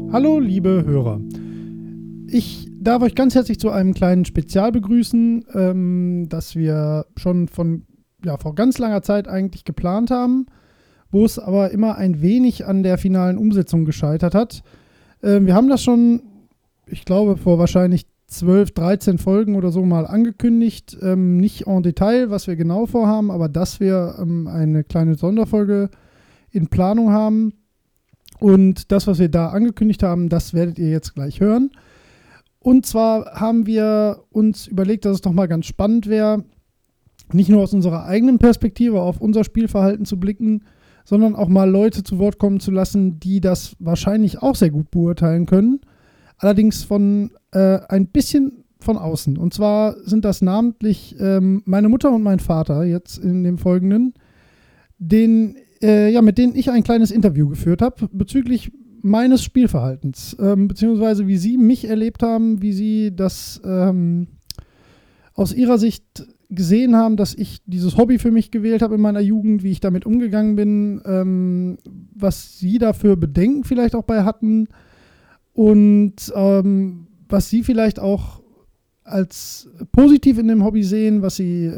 Hallo liebe Hörer, ich darf euch ganz herzlich zu einem kleinen Spezial begrüßen, das wir schon vor ganz langer Zeit eigentlich geplant haben, wo es aber immer ein wenig an der finalen Umsetzung gescheitert hat. Wir haben das schon, ich glaube, vor wahrscheinlich 12, 13 Folgen oder so mal angekündigt, nicht en Detail, was wir genau vorhaben, aber dass wir eine kleine Sonderfolge in Planung haben. Und das, was wir da angekündigt haben, das werdet ihr jetzt gleich hören. Und zwar haben wir uns überlegt, dass es doch mal ganz spannend wäre, nicht nur aus unserer eigenen Perspektive auf unser Spielverhalten zu blicken, sondern auch mal Leute zu Wort kommen zu lassen, die das wahrscheinlich auch sehr gut beurteilen können. Allerdings von ein bisschen von außen. Und zwar sind das namentlich meine Mutter und mein Vater jetzt in dem Folgenden, mit denen ich ein kleines Interview geführt habe bezüglich meines Spielverhaltens, beziehungsweise wie sie mich erlebt haben, wie sie das aus ihrer Sicht gesehen haben, dass ich dieses Hobby für mich gewählt habe in meiner Jugend, wie ich damit umgegangen bin, was sie dafür Bedenken vielleicht auch bei hatten und was sie vielleicht auch als positiv in dem Hobby sehen, was sie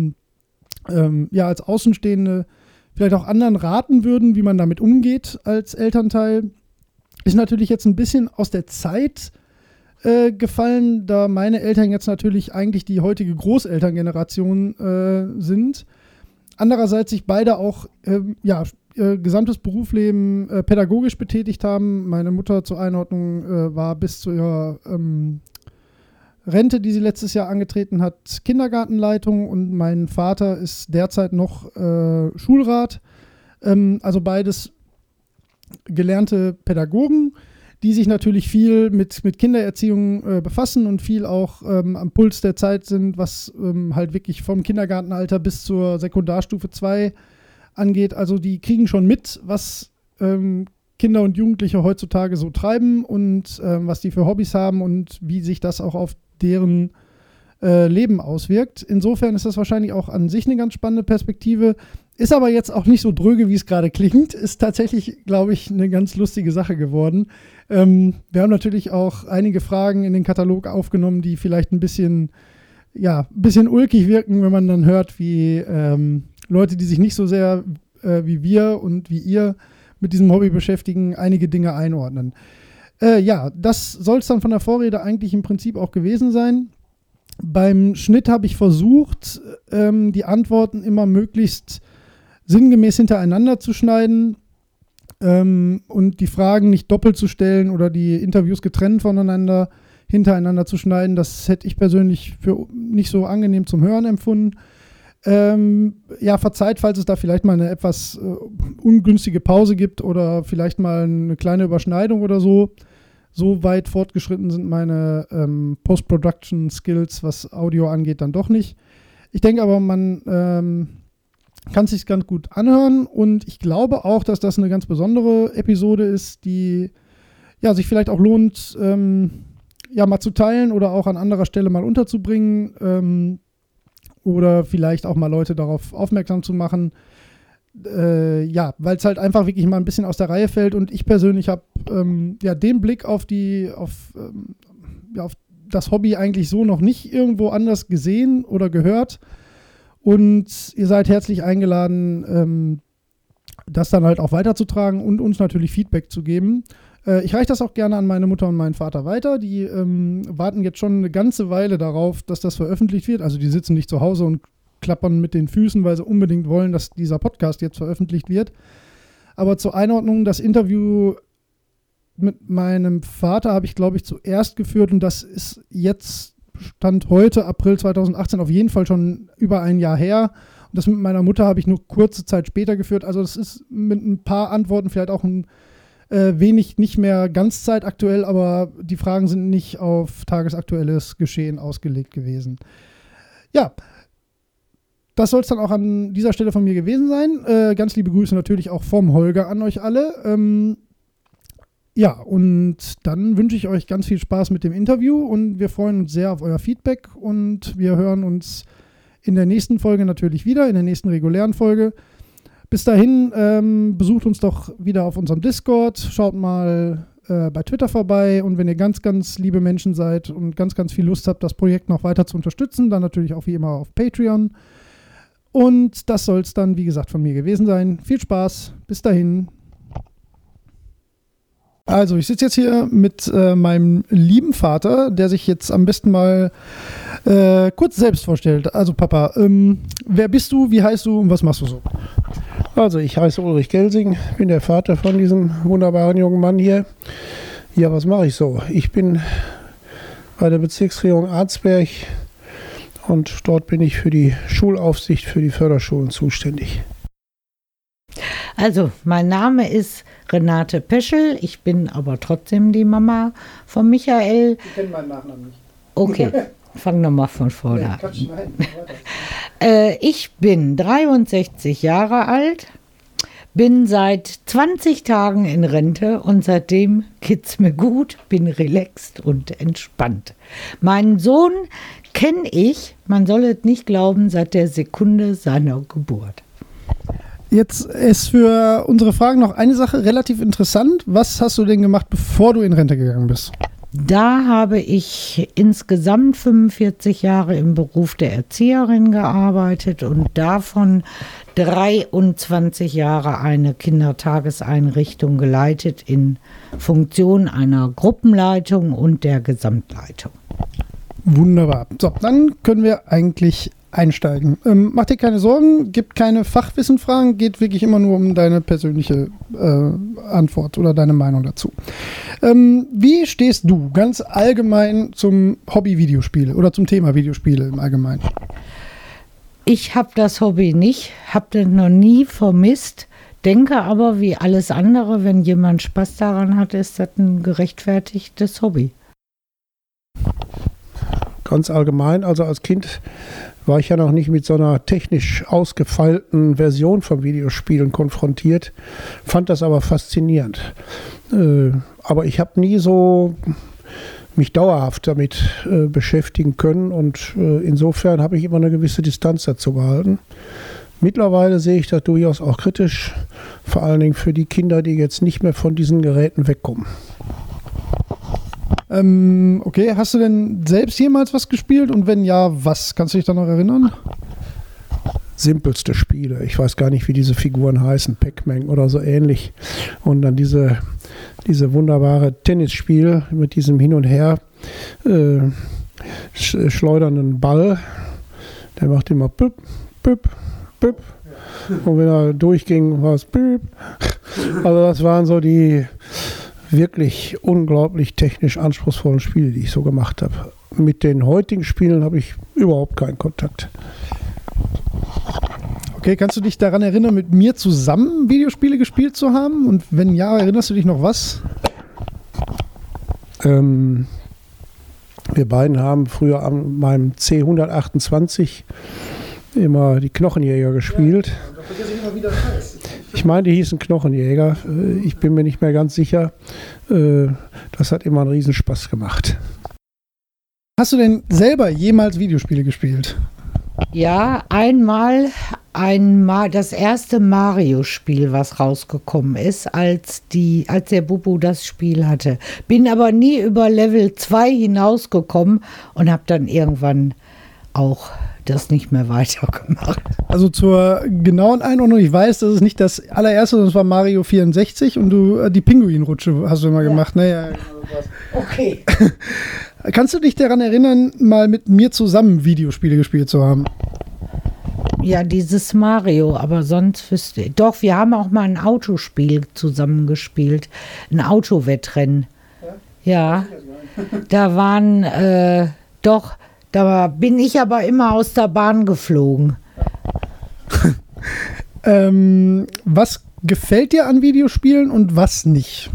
als Außenstehende vielleicht auch anderen raten würden, wie man damit umgeht als Elternteil. Ist natürlich jetzt ein bisschen aus der Zeit gefallen, da meine Eltern jetzt natürlich eigentlich die heutige Großelterngeneration sind. Andererseits sich beide auch ihr gesamtes Berufsleben pädagogisch betätigt haben. Meine Mutter zur Einordnung war bis zu ihrer Rente, die sie letztes Jahr angetreten hat, Kindergartenleitung, und mein Vater ist derzeit noch Schulrat. Also beides gelernte Pädagogen, die sich natürlich viel mit Kindererziehung befassen und viel auch am Puls der Zeit sind, was halt wirklich vom Kindergartenalter bis zur Sekundarstufe 2 angeht. Also die kriegen schon mit, was Kinder und Jugendliche heutzutage so treiben und was die für Hobbys haben und wie sich das auch auf deren Leben auswirkt. Insofern ist das wahrscheinlich auch an sich eine ganz spannende Perspektive. Ist aber jetzt auch nicht so dröge, wie es gerade klingt. Ist tatsächlich, glaube ich, eine ganz lustige Sache geworden. Wir haben natürlich auch einige Fragen in den Katalog aufgenommen, die vielleicht ein bisschen ulkig wirken, wenn man dann hört, wie Leute, die sich nicht so sehr wie wir und wie ihr mit diesem Hobby beschäftigen, einige Dinge einordnen. Das soll es dann von der Vorrede eigentlich im Prinzip auch gewesen sein. Beim Schnitt habe ich versucht, die Antworten immer möglichst sinngemäß hintereinander zu schneiden und die Fragen nicht doppelt zu stellen oder die Interviews getrennt voneinander hintereinander zu schneiden. Das hätte ich persönlich für nicht so angenehm zum Hören empfunden. Verzeiht, falls es da vielleicht mal eine etwas ungünstige Pause gibt oder vielleicht mal eine kleine Überschneidung oder so. So weit fortgeschritten sind meine Post-Production-Skills, was Audio angeht, dann doch nicht. Ich denke aber, man kann es sich ganz gut anhören und ich glaube auch, dass das eine ganz besondere Episode ist, die sich vielleicht auch lohnt, mal zu teilen oder auch an anderer Stelle mal unterzubringen. Oder vielleicht auch mal Leute darauf aufmerksam zu machen, weil es halt einfach wirklich mal ein bisschen aus der Reihe fällt. Und ich persönlich habe den Blick auf das Hobby eigentlich so noch nicht irgendwo anders gesehen oder gehört. Und ihr seid herzlich eingeladen, das dann halt auch weiterzutragen und uns natürlich Feedback zu geben. Ich reiche das auch gerne an meine Mutter und meinen Vater weiter. Die warten jetzt schon eine ganze Weile darauf, dass das veröffentlicht wird. Also die sitzen nicht zu Hause und klappern mit den Füßen, weil sie unbedingt wollen, dass dieser Podcast jetzt veröffentlicht wird. Aber zur Einordnung, das Interview mit meinem Vater habe ich, glaube ich, zuerst geführt. Und das ist jetzt, Stand heute, April 2018, auf jeden Fall schon über ein Jahr her. Und das mit meiner Mutter habe ich nur kurze Zeit später geführt. Also das ist mit ein paar Antworten vielleicht auch ein wenig nicht mehr ganz zeitaktuell, aber die Fragen sind nicht auf tagesaktuelles Geschehen ausgelegt gewesen. Ja, das soll es dann auch an dieser Stelle von mir gewesen sein. Ganz liebe Grüße natürlich auch vom Holger an euch alle. Und dann wünsche ich euch ganz viel Spaß mit dem Interview und wir freuen uns sehr auf euer Feedback und wir hören uns in der nächsten Folge natürlich wieder, in der nächsten regulären Folge. Bis dahin besucht uns doch wieder auf unserem Discord, schaut mal bei Twitter vorbei. Und wenn ihr ganz, ganz liebe Menschen seid und ganz, ganz viel Lust habt, das Projekt noch weiter zu unterstützen, dann natürlich auch wie immer auf Patreon. Und das soll es dann, wie gesagt, von mir gewesen sein. Viel Spaß. Bis dahin. Also, ich sitze jetzt hier mit meinem lieben Vater, der sich jetzt am besten mal kurz selbst vorstellt. Also, Papa, wer bist du, wie heißt du und was machst du so? Also, ich heiße Ulrich Gelsing, bin der Vater von diesem wunderbaren jungen Mann hier. Ja, was mache ich so? Ich bin bei der Bezirksregierung Arzberg und dort bin ich für die Schulaufsicht für die Förderschulen zuständig. Also, mein Name ist Renate Peschel, ich bin aber trotzdem die Mama von Michael. Ich kenne meinen Nachnamen nicht. Okay, fang nochmal von vorne an. Ich bin 63 Jahre alt, bin seit 20 Tagen in Rente und seitdem geht's mir gut, bin relaxed und entspannt. Meinen Sohn kenne ich, man soll es nicht glauben, seit der Sekunde seiner Geburt. Jetzt ist für unsere Fragen noch eine Sache relativ interessant. Was hast du denn gemacht, bevor du in Rente gegangen bist? Da habe ich insgesamt 45 Jahre im Beruf der Erzieherin gearbeitet und davon 23 Jahre eine Kindertageseinrichtung geleitet in Funktion einer Gruppenleitung und der Gesamtleitung. Wunderbar. So, dann können wir eigentlich einsteigen. Mach dir keine Sorgen, gibt keine Fachwissenfragen, geht wirklich immer nur um deine persönliche Antwort oder deine Meinung dazu. Wie stehst du ganz allgemein zum Hobby Videospiele oder zum Thema Videospiele im Allgemeinen? Ich habe das Hobby nicht, habe das noch nie vermisst, denke aber wie alles andere, wenn jemand Spaß daran hat, ist das ein gerechtfertigtes Hobby. Ganz allgemein, also als Kind war ich ja noch nicht mit so einer technisch ausgefeilten Version von Videospielen konfrontiert, fand das aber faszinierend. Aber ich habe nie so mich dauerhaft damit beschäftigen können und insofern habe ich immer eine gewisse Distanz dazu gehalten. Mittlerweile sehe ich das durchaus auch kritisch, vor allen Dingen für die Kinder, die jetzt nicht mehr von diesen Geräten wegkommen. Okay, hast du denn selbst jemals was gespielt und wenn ja, was? Kannst du dich da noch erinnern? Simpelste Spiele. Ich weiß gar nicht, wie diese Figuren heißen, Pac-Man oder so ähnlich. Und dann diese wunderbare Tennisspiel mit diesem Hin und Her schleudernden Ball. Der macht immer Püpp, Püpp, Püpp. Und wenn er durchging, war es Püpp. Also das waren so die wirklich unglaublich technisch anspruchsvollen Spiele, die ich so gemacht habe. Mit den heutigen Spielen habe ich überhaupt keinen Kontakt. Okay, kannst du dich daran erinnern, mit mir zusammen Videospiele gespielt zu haben? Und wenn ja, erinnerst du dich noch was? Wir beiden haben früher an meinem C128 immer die Knochenjäger gespielt. Ja, da vergesse ich immer, wie das heißt. Ich meine, die hießen Knochenjäger. Ich bin mir nicht mehr ganz sicher. Das hat immer einen Riesenspaß gemacht. Hast du denn selber jemals Videospiele gespielt? Ja, einmal das erste Mario-Spiel, was rausgekommen ist, als der Bubu das Spiel hatte. Bin aber nie über Level 2 hinausgekommen und habe dann irgendwann auch das nicht mehr weitergemacht. Also zur genauen Einordnung, ich weiß, das ist nicht das allererste, sondern es war Mario 64 und du die Pinguinrutsche hast du immer gemacht. Naja, genau das. Okay. Kannst du dich daran erinnern, mal mit mir zusammen Videospiele gespielt zu haben? Ja, dieses Mario, aber sonst wüsste ich. Doch, wir haben auch mal ein Autospiel zusammen gespielt. Ein Autowettrennen. Ja. Da waren, da bin ich aber immer aus der Bahn geflogen. Was gefällt dir an Videospielen und was nicht?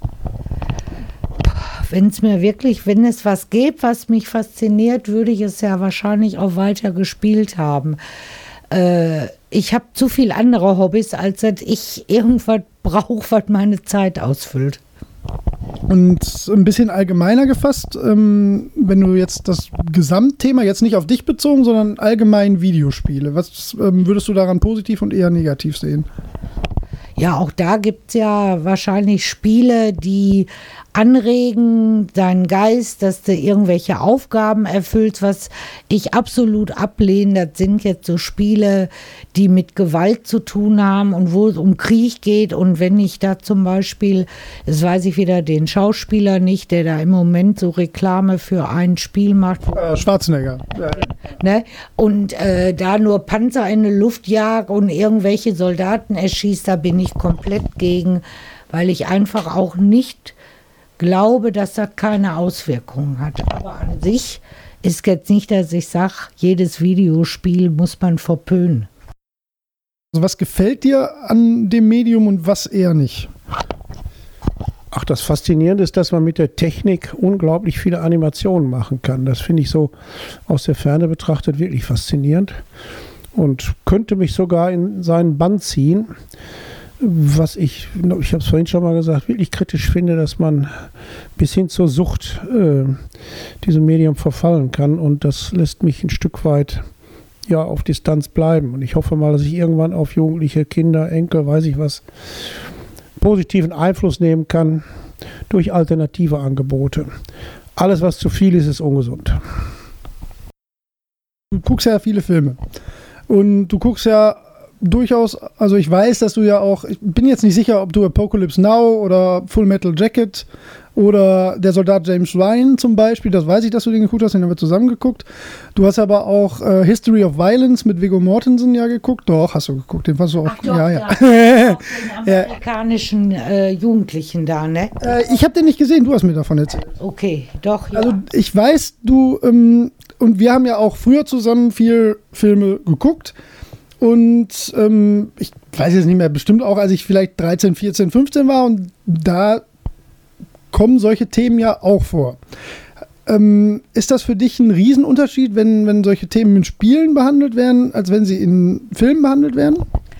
Wenn es was gibt, was mich fasziniert, würde ich es ja wahrscheinlich auch weiter gespielt haben. Ich habe zu viel andere Hobbys, als dass ich irgendwas brauche, was meine Zeit ausfüllt. Und ein bisschen allgemeiner gefasst, wenn du jetzt das Gesamtthema, jetzt nicht auf dich bezogen, sondern allgemein Videospiele, was würdest du daran positiv und eher negativ sehen? Ja, auch da gibt es ja wahrscheinlich Spiele, die anregen, deinen Geist, dass du irgendwelche Aufgaben erfüllst, was ich absolut ablehne. Das sind jetzt so Spiele, die mit Gewalt zu tun haben und wo es um Krieg geht. Und wenn ich da zum Beispiel, das weiß ich wieder, den Schauspieler nicht, der da im Moment so Reklame für ein Spiel macht. Schwarzenegger. Ne? Und da nur Panzer in die Luft jagt und irgendwelche Soldaten erschießt, da bin ich komplett gegen, weil ich einfach auch nicht glaube, dass das keine Auswirkungen hat. Aber an sich ist jetzt nicht, dass ich sage, jedes Videospiel muss man verpönen. Also was gefällt dir an dem Medium und was eher nicht? Ach, das Faszinierende ist, dass man mit der Technik unglaublich viele Animationen machen kann. Das finde ich so aus der Ferne betrachtet wirklich faszinierend und könnte mich sogar in seinen Bann ziehen. Was ich habe es vorhin schon mal gesagt, wirklich kritisch finde, dass man bis hin zur Sucht diesem Medium verfallen kann, und das lässt mich ein Stück weit auf Distanz bleiben. Und ich hoffe mal, dass ich irgendwann auf Jugendliche, Kinder, Enkel, weiß ich was, positiven Einfluss nehmen kann durch alternative Angebote. Alles, was zu viel ist, ist ungesund. Du guckst ja viele Filme und du guckst ja durchaus, also ich weiß, dass du ja auch, ich bin jetzt nicht sicher, ob du Apocalypse Now oder Full Metal Jacket oder Der Soldat James Ryan zum Beispiel, das weiß ich, dass du den geguckt hast, den haben wir zusammen geguckt. Du hast aber auch History of Violence mit Viggo Mortensen ja geguckt. Doch, hast du geguckt, den fandst du auch. Ach doch, ja. Den amerikanischen Jugendlichen da, ne? Ich habe den nicht gesehen, du hast mir davon erzählt. Okay, doch, ja. Also ich weiß, du, und wir haben ja auch früher zusammen viel Filme geguckt. Und ich weiß jetzt nicht mehr, bestimmt auch, als ich vielleicht 13, 14, 15 war, und da kommen solche Themen ja auch vor. Ist das für dich ein Riesenunterschied, wenn solche Themen in Spielen behandelt werden, als wenn sie in Filmen behandelt werden?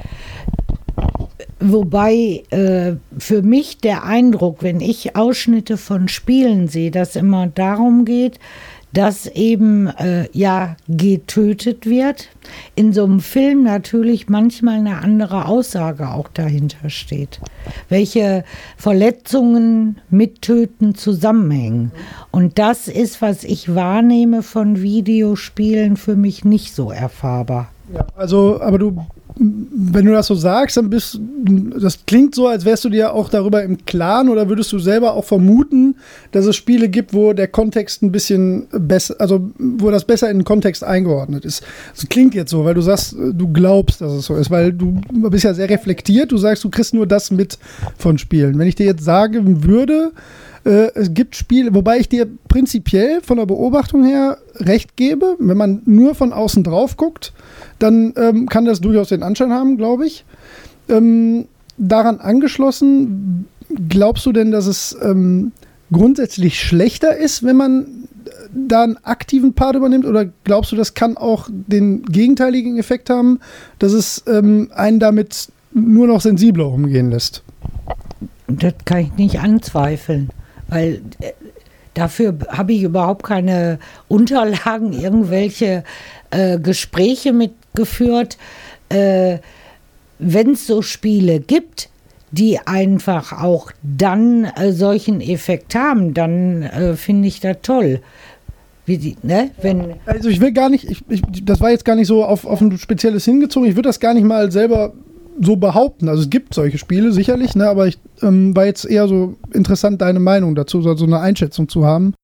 Wobei für mich der Eindruck, wenn ich Ausschnitte von Spielen sehe, dass immer darum geht, dass eben getötet wird. In so einem Film natürlich manchmal eine andere Aussage auch dahinter steht. Welche Verletzungen mit Töten zusammenhängen. Und das ist, was ich wahrnehme von Videospielen, für mich nicht so erfahrbar. Ja, also, aber wenn du das so sagst, dann das klingt so, als wärst du dir auch darüber im Klaren, oder würdest du selber auch vermuten, dass es Spiele gibt, wo der Kontext ein bisschen besser, also wo das besser in den Kontext eingeordnet ist. Das klingt jetzt so, weil du sagst, du glaubst, dass es so ist, weil du bist ja sehr reflektiert, du sagst, du kriegst nur das mit von Spielen. Wenn ich dir jetzt sagen würde, es gibt Spiele, wobei ich dir prinzipiell von der Beobachtung her recht gebe, wenn man nur von außen drauf guckt, dann kann das durchaus den Anschein haben, glaube ich. Daran angeschlossen, glaubst du denn, dass es grundsätzlich schlechter ist, wenn man da einen aktiven Part übernimmt, oder glaubst du, das kann auch den gegenteiligen Effekt haben, dass es einen damit nur noch sensibler umgehen lässt? Das kann ich nicht anzweifeln, weil dafür habe ich überhaupt keine Unterlagen, irgendwelche Gespräche mitgeführt. Wenn es so Spiele gibt, die einfach auch dann solchen Effekt haben, dann finde ich das toll. Also ich will gar nicht, das war jetzt gar nicht so auf ein spezielles hingezogen, ich würde das gar nicht mal selber so behaupten. Also es gibt solche Spiele, sicherlich, ne, aber ich war jetzt eher so interessant, deine Meinung dazu, so eine Einschätzung zu haben.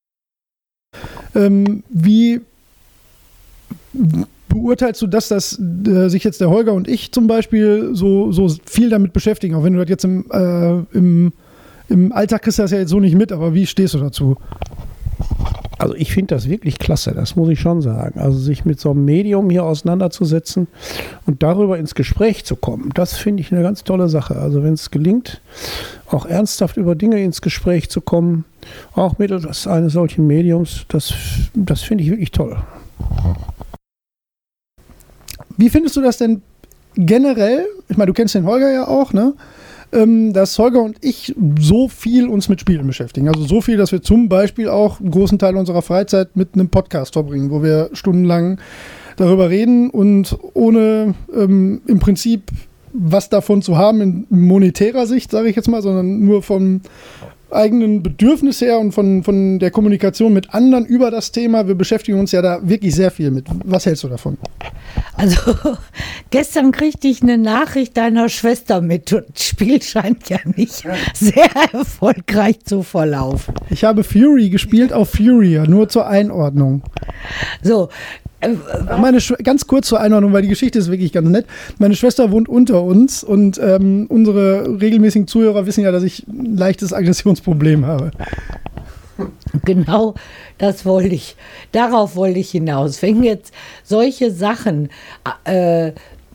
Wie beurteilst du das, dass sich jetzt der Holger und ich zum Beispiel so viel damit beschäftigen? Auch wenn du das jetzt im Alltag kriegst du das ja jetzt so nicht mit, aber wie stehst du dazu? Also ich finde das wirklich klasse, das muss ich schon sagen. Also sich mit so einem Medium hier auseinanderzusetzen und darüber ins Gespräch zu kommen, das finde ich eine ganz tolle Sache. Also wenn es gelingt, auch ernsthaft über Dinge ins Gespräch zu kommen, auch mittels eines solchen Mediums, das finde ich wirklich toll. Wie findest du das denn generell? Ich meine, du kennst den Holger ja auch, ne? Dass Holger und ich so viel uns mit Spielen beschäftigen. Also so viel, dass wir zum Beispiel auch einen großen Teil unserer Freizeit mit einem Podcast verbringen, wo wir stundenlang darüber reden und ohne im Prinzip was davon zu haben in monetärer Sicht, sage ich jetzt mal, sondern nur vom eigenen Bedürfnis her und von der Kommunikation mit anderen über das Thema. Wir beschäftigen uns ja da wirklich sehr viel mit. Was hältst du davon? Also gestern kriegte ich eine Nachricht deiner Schwester mit. Das Spiel scheint ja nicht sehr erfolgreich zu verlaufen. Ich habe Fury gespielt auf Fury, nur zur Einordnung. So. Ganz kurz zur Einordnung, weil die Geschichte ist wirklich ganz nett. Meine Schwester wohnt unter uns und unsere regelmäßigen Zuhörer wissen ja, dass ich ein leichtes Aggressionsproblem habe. Genau, darauf wollte ich hinaus. Wenn jetzt solche Sachen ein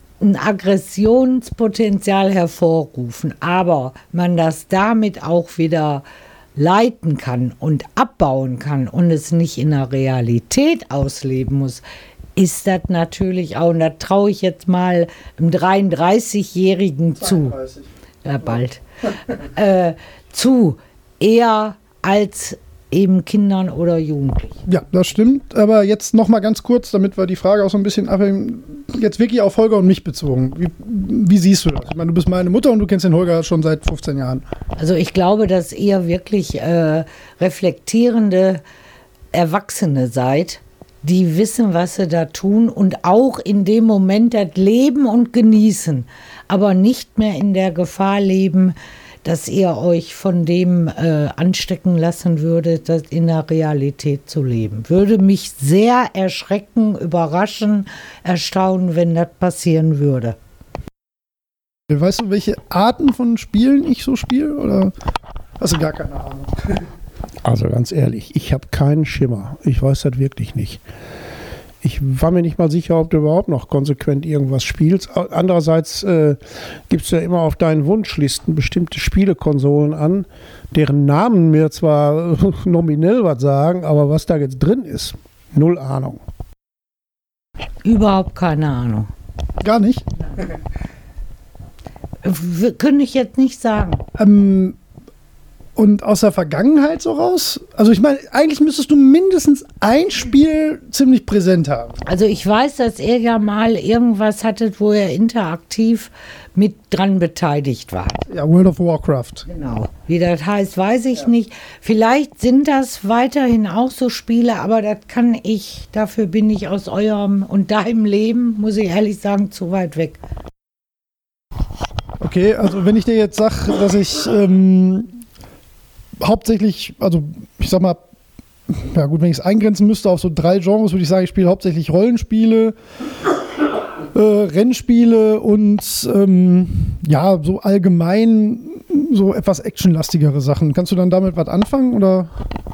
Aggressionspotenzial hervorrufen, aber man das damit auch wieder leiten kann und abbauen kann und es nicht in der Realität ausleben muss, ist das natürlich auch, und da traue ich jetzt mal einem 33-Jährigen zu, ja bald, zu, eher als eben Kindern oder Jugendlichen. Ja, das stimmt, aber jetzt noch mal ganz kurz, damit wir die Frage auch so ein bisschen abhängen, jetzt wirklich auf Holger und mich bezogen. Wie siehst du das? Ich meine, du bist meine Mutter und du kennst den Holger schon seit 15 Jahren. Also ich glaube, dass ihr wirklich reflektierende Erwachsene seid, die wissen, was sie da tun und auch in dem Moment das leben und genießen, aber nicht mehr in der Gefahr leben, dass ihr euch von dem anstecken lassen würdet, das in der Realität zu leben. Würde mich sehr erschrecken, überraschen, erstaunen, wenn das passieren würde. Weißt du, welche Arten von Spielen ich so spiele? Oder hast du gar keine Ahnung? Also ganz ehrlich, ich habe keinen Schimmer. Ich weiß das wirklich nicht. Ich war mir nicht mal sicher, ob du überhaupt noch konsequent irgendwas spielst. Andererseits gibst du ja immer auf deinen Wunschlisten bestimmte Spielekonsolen an, deren Namen mir zwar nominell was sagen, aber was da jetzt drin ist, null Ahnung. Überhaupt keine Ahnung. Gar nicht? Könnte ich jetzt nicht sagen. Und aus der Vergangenheit so raus? Also ich meine, eigentlich müsstest du mindestens ein Spiel ziemlich präsent haben. Also ich weiß, dass ihr ja mal irgendwas hattet, wo ihr interaktiv mit dran beteiligt wart. Ja, World of Warcraft. Genau. Wie das heißt, weiß ich nicht. Vielleicht sind das weiterhin auch so Spiele, aber dafür bin ich aus eurem und deinem Leben, muss ich ehrlich sagen, zu weit weg. Okay, also wenn ich dir jetzt sage, dass ich hauptsächlich, also ich sag mal, ja gut, wenn ich es eingrenzen müsste auf so 3 Genres, würde ich sagen, ich spiele hauptsächlich Rollenspiele, Rennspiele und ja, so allgemein so etwas actionlastigere Sachen. Kannst du dann damit was anfangen, oder?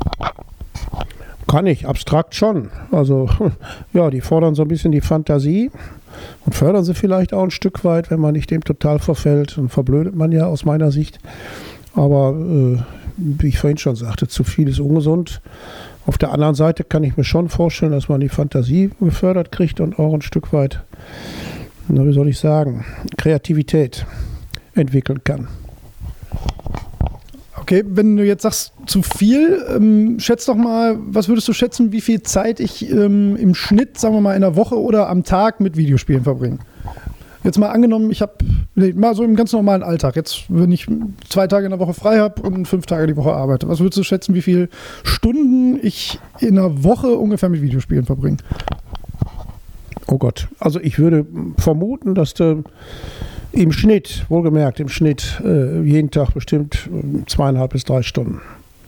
Kann ich, abstrakt schon. Also ja, die fordern so ein bisschen die Fantasie und fördern sie vielleicht auch ein Stück weit, wenn man nicht dem total verfällt. Dann verblödet man ja aus meiner Sicht. Aber wie ich vorhin schon sagte, zu viel ist ungesund. Auf der anderen Seite kann ich mir schon vorstellen, dass man die Fantasie gefördert kriegt und auch ein Stück weit, wie soll ich sagen, Kreativität entwickeln kann. Okay, wenn du jetzt sagst, zu viel, schätz doch mal, was würdest du schätzen, wie viel Zeit ich im Schnitt, sagen wir mal, in der Woche oder am Tag mit Videospielen verbringe? Jetzt mal angenommen, ich habe mal so im ganz normalen Alltag, jetzt wenn ich 2 Tage in der Woche frei habe und 5 Tage die Woche arbeite, was würdest du schätzen, wie viele Stunden ich in einer Woche ungefähr mit Videospielen verbringe? Oh Gott, also ich würde vermuten, dass du im Schnitt, wohlgemerkt im Schnitt, jeden Tag bestimmt 2,5 bis 3 Stunden.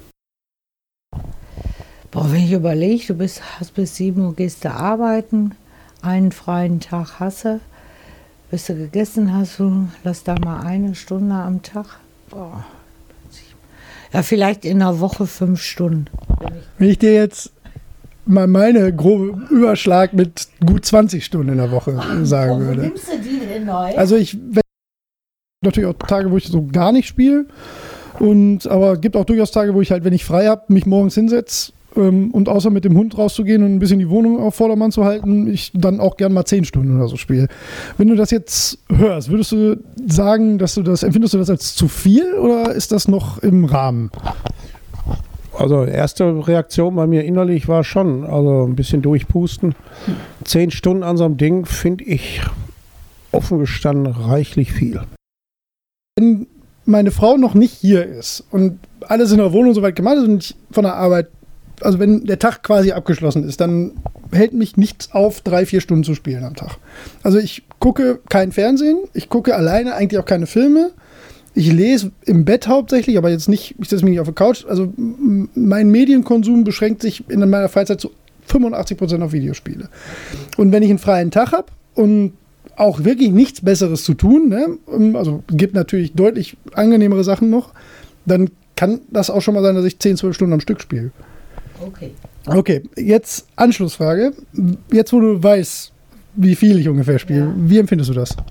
Boah, wenn ich überlege, hast bis 7 Uhr gehst du arbeiten, einen freien Tag hast du, bis du gegessen hast, lass da mal 1 Stunde am Tag. Boah. Ja, vielleicht in der Woche 5 Stunden. Wenn ich dir jetzt mal meine grobe Überschlag mit gut 20 Stunden in der Woche sagen würde. Wo nimmst du die denn neu? Also ich natürlich auch Tage, wo ich so gar nicht spiele. Aber es gibt auch durchaus Tage, wo ich halt, wenn ich frei habe, mich morgens hinsetze und außer mit dem Hund rauszugehen und ein bisschen die Wohnung auf Vordermann zu halten, ich dann auch gern mal 10 Stunden oder so spiele. Wenn du das jetzt hörst, würdest du sagen, empfindest du das als zu viel oder ist das noch im Rahmen? Also erste Reaktion bei mir innerlich war schon, also ein bisschen durchpusten. 10 Stunden an so einem Ding finde ich offen gestanden reichlich viel. Wenn meine Frau noch nicht hier ist und alles in der Wohnung soweit gemacht ist und ich von der Arbeit, also wenn der Tag quasi abgeschlossen ist, dann hält mich nichts auf, 3-4 Stunden zu spielen am Tag. Also ich gucke kein Fernsehen, ich gucke alleine eigentlich auch keine Filme. Ich lese im Bett hauptsächlich, aber jetzt nicht, ich setze mich nicht auf der Couch. Also mein Medienkonsum beschränkt sich in meiner Freizeit zu 85% auf Videospiele. Und wenn ich einen freien Tag habe und auch wirklich nichts Besseres zu tun, ne? Also gibt natürlich deutlich angenehmere Sachen noch, dann kann das auch schon mal sein, dass ich 10-12 Stunden am Stück spiele. Okay, jetzt Anschlussfrage. Jetzt, wo du weißt, wie viel ich ungefähr spiele, wie empfindest du das?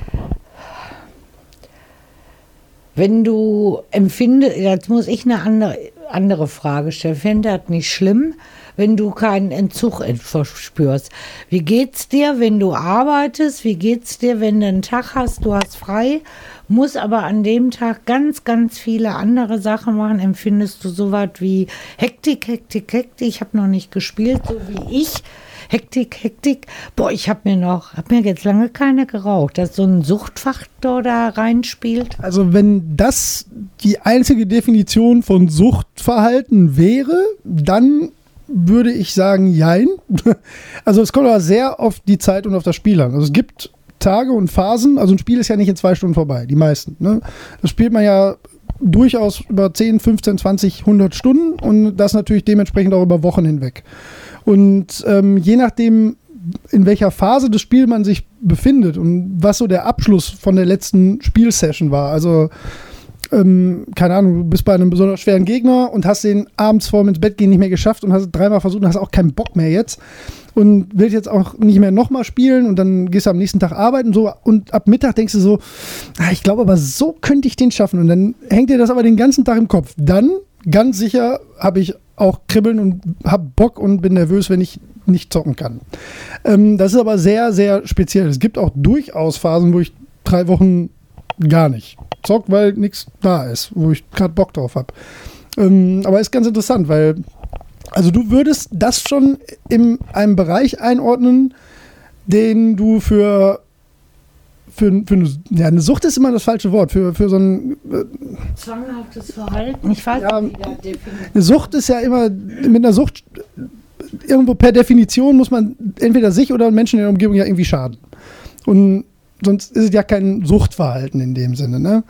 Wenn du empfindest, jetzt muss ich eine andere Frage stellen. Ich fände das nicht schlimm, wenn du keinen Entzug verspürst. Wie geht's dir, wenn du arbeitest? Wie geht's dir, wenn du einen Tag hast, du hast frei, musst aber an dem Tag ganz, ganz viele andere Sachen machen? Empfindest du sowas wie Hektik? Ich habe noch nicht gespielt, so wie ich. Hektik. Boah, ich habe mir jetzt lange keine geraucht, dass so ein Suchtfaktor da reinspielt. Also wenn das die einzige Definition von Suchtverhalten wäre, dann würde ich sagen, jein. Also es kommt aber sehr auf die Zeit und auf das Spiel an. Also es gibt Tage und Phasen, also ein Spiel ist ja nicht in 2 Stunden vorbei, die meisten. Ne? Das spielt man ja durchaus über 10, 15, 20, 100 Stunden und das natürlich dementsprechend auch über Wochen hinweg. Und je nachdem, in welcher Phase des Spiels man sich befindet und was so der Abschluss von der letzten Spielsession war, also keine Ahnung, du bist bei einem besonders schweren Gegner und hast den abends vorm ins Bett gehen nicht mehr geschafft und hast es 3-mal versucht und hast auch keinen Bock mehr jetzt und willst jetzt auch nicht mehr nochmal spielen und dann gehst du am nächsten Tag arbeiten so, und ab Mittag denkst du so, ich glaube aber so könnte ich den schaffen und dann hängt dir das aber den ganzen Tag im Kopf. Dann, ganz sicher, habe ich auch Kribbeln und habe Bock und bin nervös, wenn ich nicht zocken kann. Das ist aber sehr, sehr speziell. Es gibt auch durchaus Phasen, wo ich 3 Wochen gar nicht zockt, weil nichts da ist, wo ich gerade Bock drauf habe. Aber ist ganz interessant, weil also du würdest das schon in einem Bereich einordnen, den du für eine Sucht ist immer das falsche Wort, für so ein zwanghaftes Verhalten. Ich weiß nicht, wie das definiert. Eine Sucht ist ja immer, mit einer Sucht irgendwo per Definition muss man entweder sich oder Menschen in der Umgebung ja irgendwie schaden. Und sonst ist es ja kein Suchtverhalten in dem Sinne. Ne?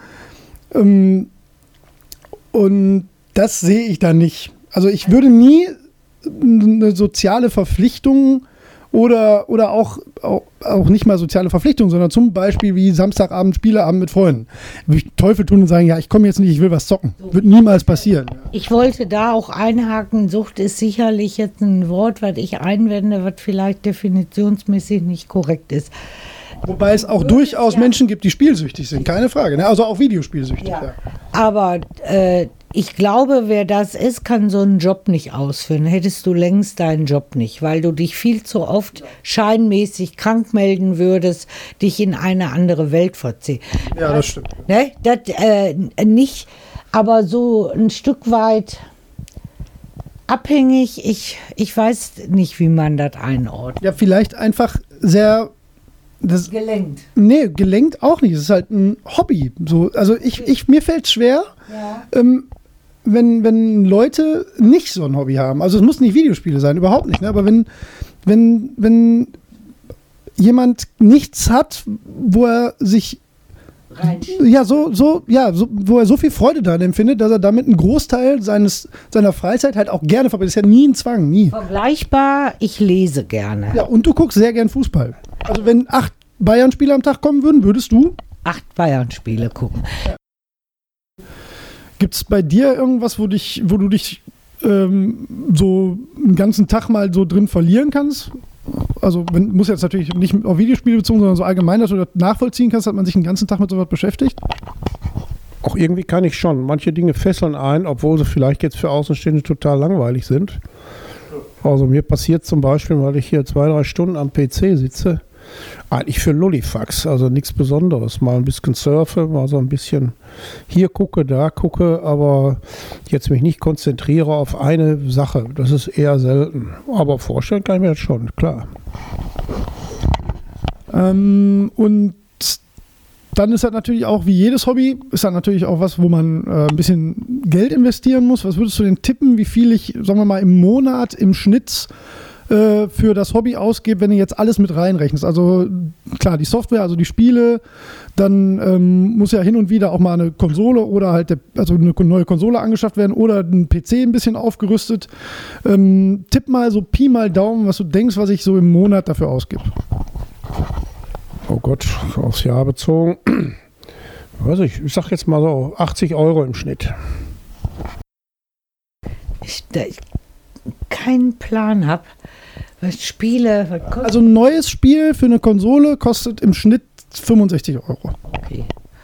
Und das sehe ich da nicht. Also ich würde nie eine soziale Verpflichtung oder auch nicht mal soziale Verpflichtung, sondern zum Beispiel wie Samstagabend, Spieleabend mit Freunden. Würde ich Teufel tun und sagen, ja, ich komme jetzt nicht, ich will was zocken. Wird niemals passieren. Ich wollte da auch einhaken, Sucht ist sicherlich jetzt ein Wort, was ich einwende, was vielleicht definitionsmäßig nicht korrekt ist. Wobei es auch durchaus Menschen gibt, die spielsüchtig sind, keine Frage. Ne? Also auch Videospielsüchtig. Ja. Aber ich glaube, wer das ist, kann so einen Job nicht ausführen. Hättest du längst deinen Job nicht, weil du dich viel zu oft scheinmäßig krank melden würdest, dich in eine andere Welt verziehen. Ja, das stimmt. Ne? Das nicht, aber so ein Stück weit abhängig, ich weiß nicht, wie man das einordnet. Ja, vielleicht einfach sehr gelenkt. Nee, gelenkt auch nicht. Es ist halt ein Hobby. So, also mir fällt es schwer, wenn Leute nicht so ein Hobby haben. Also es muss nicht Videospiele sein, überhaupt nicht. Ne? Aber wenn jemand nichts hat, wo er sich wo er so viel Freude daran empfindet, dass er damit einen Großteil seiner Freizeit halt auch gerne verbringt. Das ist ja nie ein Zwang, nie. Vergleichbar, ich lese gerne. Ja, und du guckst sehr gern Fußball. Also wenn 8 Bayern-Spiele am Tag kommen würden, würdest du 8 Bayern-Spiele gucken. Ja. Gibt es bei dir irgendwas, wo du dich so einen ganzen Tag mal so drin verlieren kannst? Also muss jetzt natürlich nicht auf Videospiele bezogen, sondern so allgemein, dass du das nachvollziehen kannst, dass man sich den ganzen Tag mit sowas beschäftigt? Auch irgendwie kann ich schon. Manche Dinge fesseln ein, obwohl sie vielleicht jetzt für Außenstehende total langweilig sind. Also mir passiert zum Beispiel, weil ich hier 2-3 Stunden am PC sitze, eigentlich für Lollifax, also nichts Besonderes. Mal ein bisschen surfe, mal so ein bisschen hier gucke, da gucke, aber jetzt mich nicht konzentriere auf eine Sache. Das ist eher selten. Aber vorstellen kann ich mir das schon, klar. Und dann ist das natürlich auch, wie jedes Hobby, ist das natürlich auch was, wo man ein bisschen Geld investieren muss. Was würdest du denn tippen, wie viel ich, sagen wir mal, im Monat im Schnitt für das Hobby ausgebe, wenn du jetzt alles mit reinrechnest? Also klar, die Software, also die Spiele, dann muss ja hin und wieder auch mal eine Konsole oder halt also eine neue Konsole angeschafft werden oder ein PC ein bisschen aufgerüstet. Tipp mal so Pi mal Daumen, was du denkst, was ich so im Monat dafür ausgebe. Oh Gott, aufs Jahr bezogen. Weiß ich sag jetzt mal so 80 € im Schnitt. Ich keinen Plan habe, was Spiele. Was kostet. Also ein neues Spiel für eine Konsole kostet im Schnitt 65 €. Okay.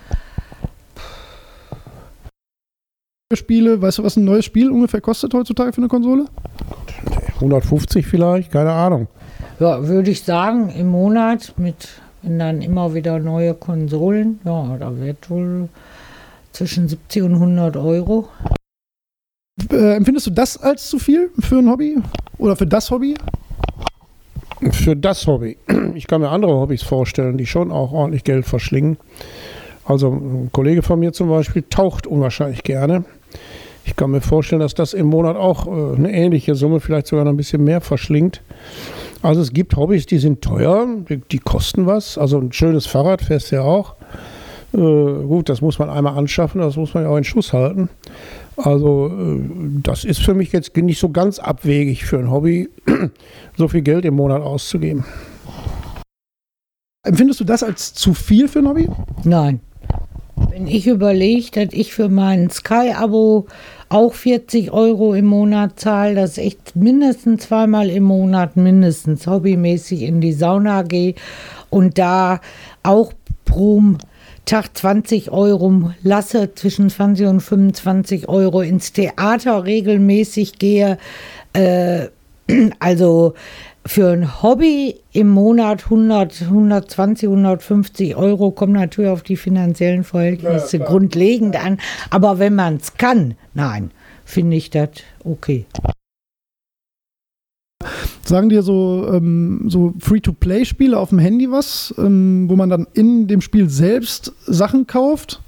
Spiele, weißt du, was ein neues Spiel ungefähr kostet heutzutage für eine Konsole? 150 vielleicht, keine Ahnung. Ja, würde ich sagen, im Monat wenn dann immer wieder neue Konsolen, ja, da wird wohl zwischen 70 und 100 €. Empfindest du das als zu viel für ein Hobby? Oder für das Hobby? Für das Hobby. Ich kann mir andere Hobbys vorstellen, die schon auch ordentlich Geld verschlingen. Also ein Kollege von mir zum Beispiel taucht unwahrscheinlich gerne. Ich kann mir vorstellen, dass das im Monat auch eine ähnliche Summe, vielleicht sogar noch ein bisschen mehr verschlingt. Also es gibt Hobbys, die sind teuer, die kosten was. Also ein schönes Fahrrad fährst du ja auch. Gut, das muss man einmal anschaffen, das muss man ja auch in Schuss halten. Also das ist für mich jetzt nicht so ganz abwegig für ein Hobby, so viel Geld im Monat auszugeben. Empfindest du das als zu viel für ein Hobby? Nein. Wenn ich überlege, dass ich für mein Sky-Abo auch 40 € im Monat zahle, dass ich mindestens zweimal im Monat mindestens hobbymäßig in die Sauna gehe und da auch pro Tag 20 € lasse, zwischen 20 und 25 € ins Theater regelmäßig gehe, also für ein Hobby im Monat 120, 150 € kommt natürlich auf die finanziellen Verhältnisse grundlegend an. Aber wenn man es kann, nein, finde ich das okay. Sagen dir so Free-to-Play-Spiele auf dem Handy was, wo man dann in dem Spiel selbst Sachen kauft?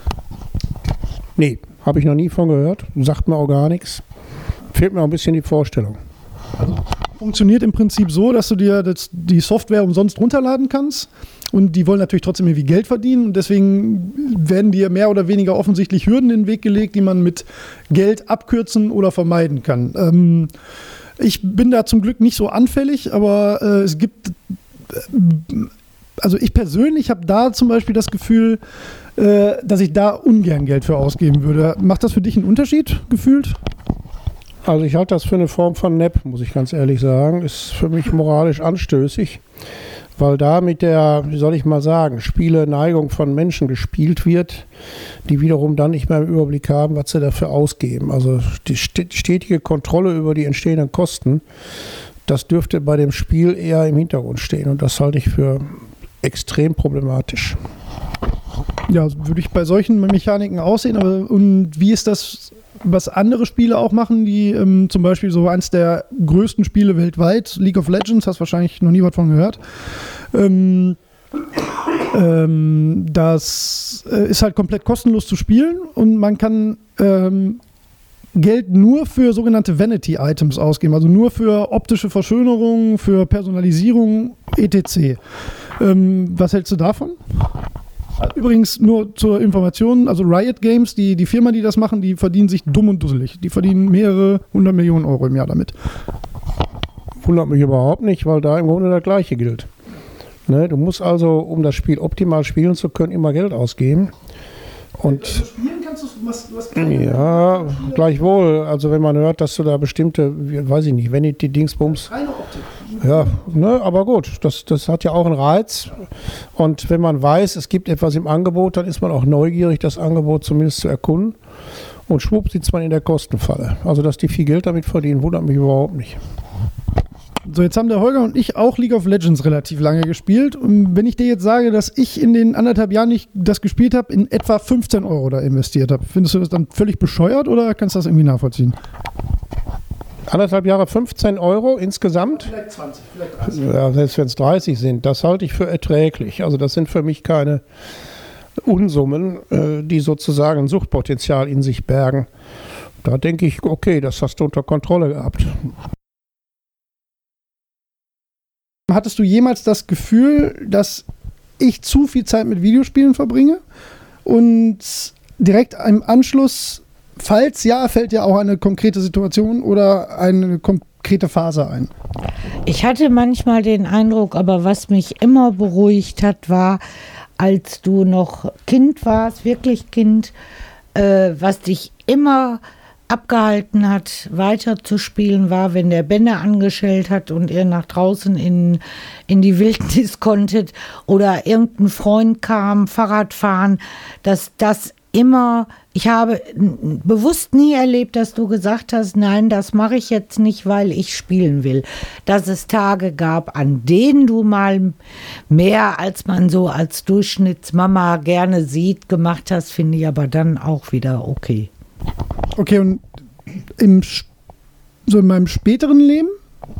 Nee, habe ich noch nie von gehört. Sagt mir auch gar nichts. Fehlt mir auch ein bisschen die Vorstellung. Funktioniert im Prinzip so, dass du dir die Software umsonst runterladen kannst und die wollen natürlich trotzdem irgendwie Geld verdienen und deswegen werden dir mehr oder weniger offensichtlich Hürden in den Weg gelegt, die man mit Geld abkürzen oder vermeiden kann. Ich bin da zum Glück nicht so anfällig, aber es gibt, also ich persönlich habe da zum Beispiel das Gefühl, dass ich da ungern Geld für ausgeben würde. Macht das für dich einen Unterschied gefühlt? Also ich halte das für eine Form von Nepp, muss ich ganz ehrlich sagen. Ist für mich moralisch anstößig, weil da mit der, wie soll ich mal sagen, Spiele-Neigung von Menschen gespielt wird, die wiederum dann nicht mehr im Überblick haben, was sie dafür ausgeben. Also die stetige Kontrolle über die entstehenden Kosten, das dürfte bei dem Spiel eher im Hintergrund stehen und das halte ich für extrem problematisch. Ja, würde ich bei solchen Mechaniken aussehen, aber und wie ist das, was andere Spiele auch machen, die zum Beispiel so eins der größten Spiele weltweit, League of Legends, hast wahrscheinlich noch nie was von gehört. Das ist halt komplett kostenlos zu spielen und man kann Geld nur für sogenannte Vanity-Items ausgeben, also nur für optische Verschönerung, für Personalisierung, etc. Was hältst du davon? Übrigens nur zur Information, also Riot Games, die Firma, die das machen, die verdienen sich dumm und dusselig. Die verdienen mehrere 100 Millionen € im Jahr damit. Wundert mich überhaupt nicht, weil da im Grunde das Gleiche gilt. Ne, du musst also, um das Spiel optimal spielen zu können, immer Geld ausgeben. Und also spielen kannst du was ja, gleichwohl. Also wenn man hört, dass du da bestimmte, weiß ich nicht, wenn die Dingsbums. Reine Optik. Ja, ne, aber gut, das hat ja auch einen Reiz. Und wenn man weiß, es gibt etwas im Angebot, dann ist man auch neugierig, das Angebot zumindest zu erkunden. Und schwupp sitzt man in der Kostenfalle. Also dass die viel Geld damit verdienen, wundert mich überhaupt nicht. So, jetzt haben der Holger und ich auch League of Legends relativ lange gespielt. Und wenn ich dir jetzt sage, dass ich in den 1,5 Jahren nicht das gespielt habe, in etwa 15 € da investiert habe, findest du das dann völlig bescheuert oder kannst du das irgendwie nachvollziehen? 1,5 Jahre 15 € insgesamt? Vielleicht 20, vielleicht 30. Ja, selbst wenn es 30 sind, das halte ich für erträglich. Also das sind für mich keine Unsummen, die sozusagen ein Suchtpotenzial in sich bergen. Da denke ich, okay, das hast du unter Kontrolle gehabt. Hattest du jemals das Gefühl, dass ich zu viel Zeit mit Videospielen verbringe? Und direkt im Anschluss, falls ja, fällt ja auch eine konkrete Situation oder eine konkrete Phase ein? Ich hatte manchmal den Eindruck, aber was mich immer beruhigt hat, war, als du noch Kind warst, wirklich Kind, was dich immer abgehalten hat, weiter zu spielen, war, wenn der Bände angeschellt hat und ihr nach draußen in die Wildnis konntet oder irgendein Freund kam, Fahrradfahren, dass das immer, ich habe bewusst nie erlebt, dass du gesagt hast, nein, das mache ich jetzt nicht, weil ich spielen will. Dass es Tage gab, an denen du mal mehr, als man so als Durchschnittsmama gerne sieht, gemacht hast, finde ich aber dann auch wieder okay. Okay, und so in meinem späteren Leben?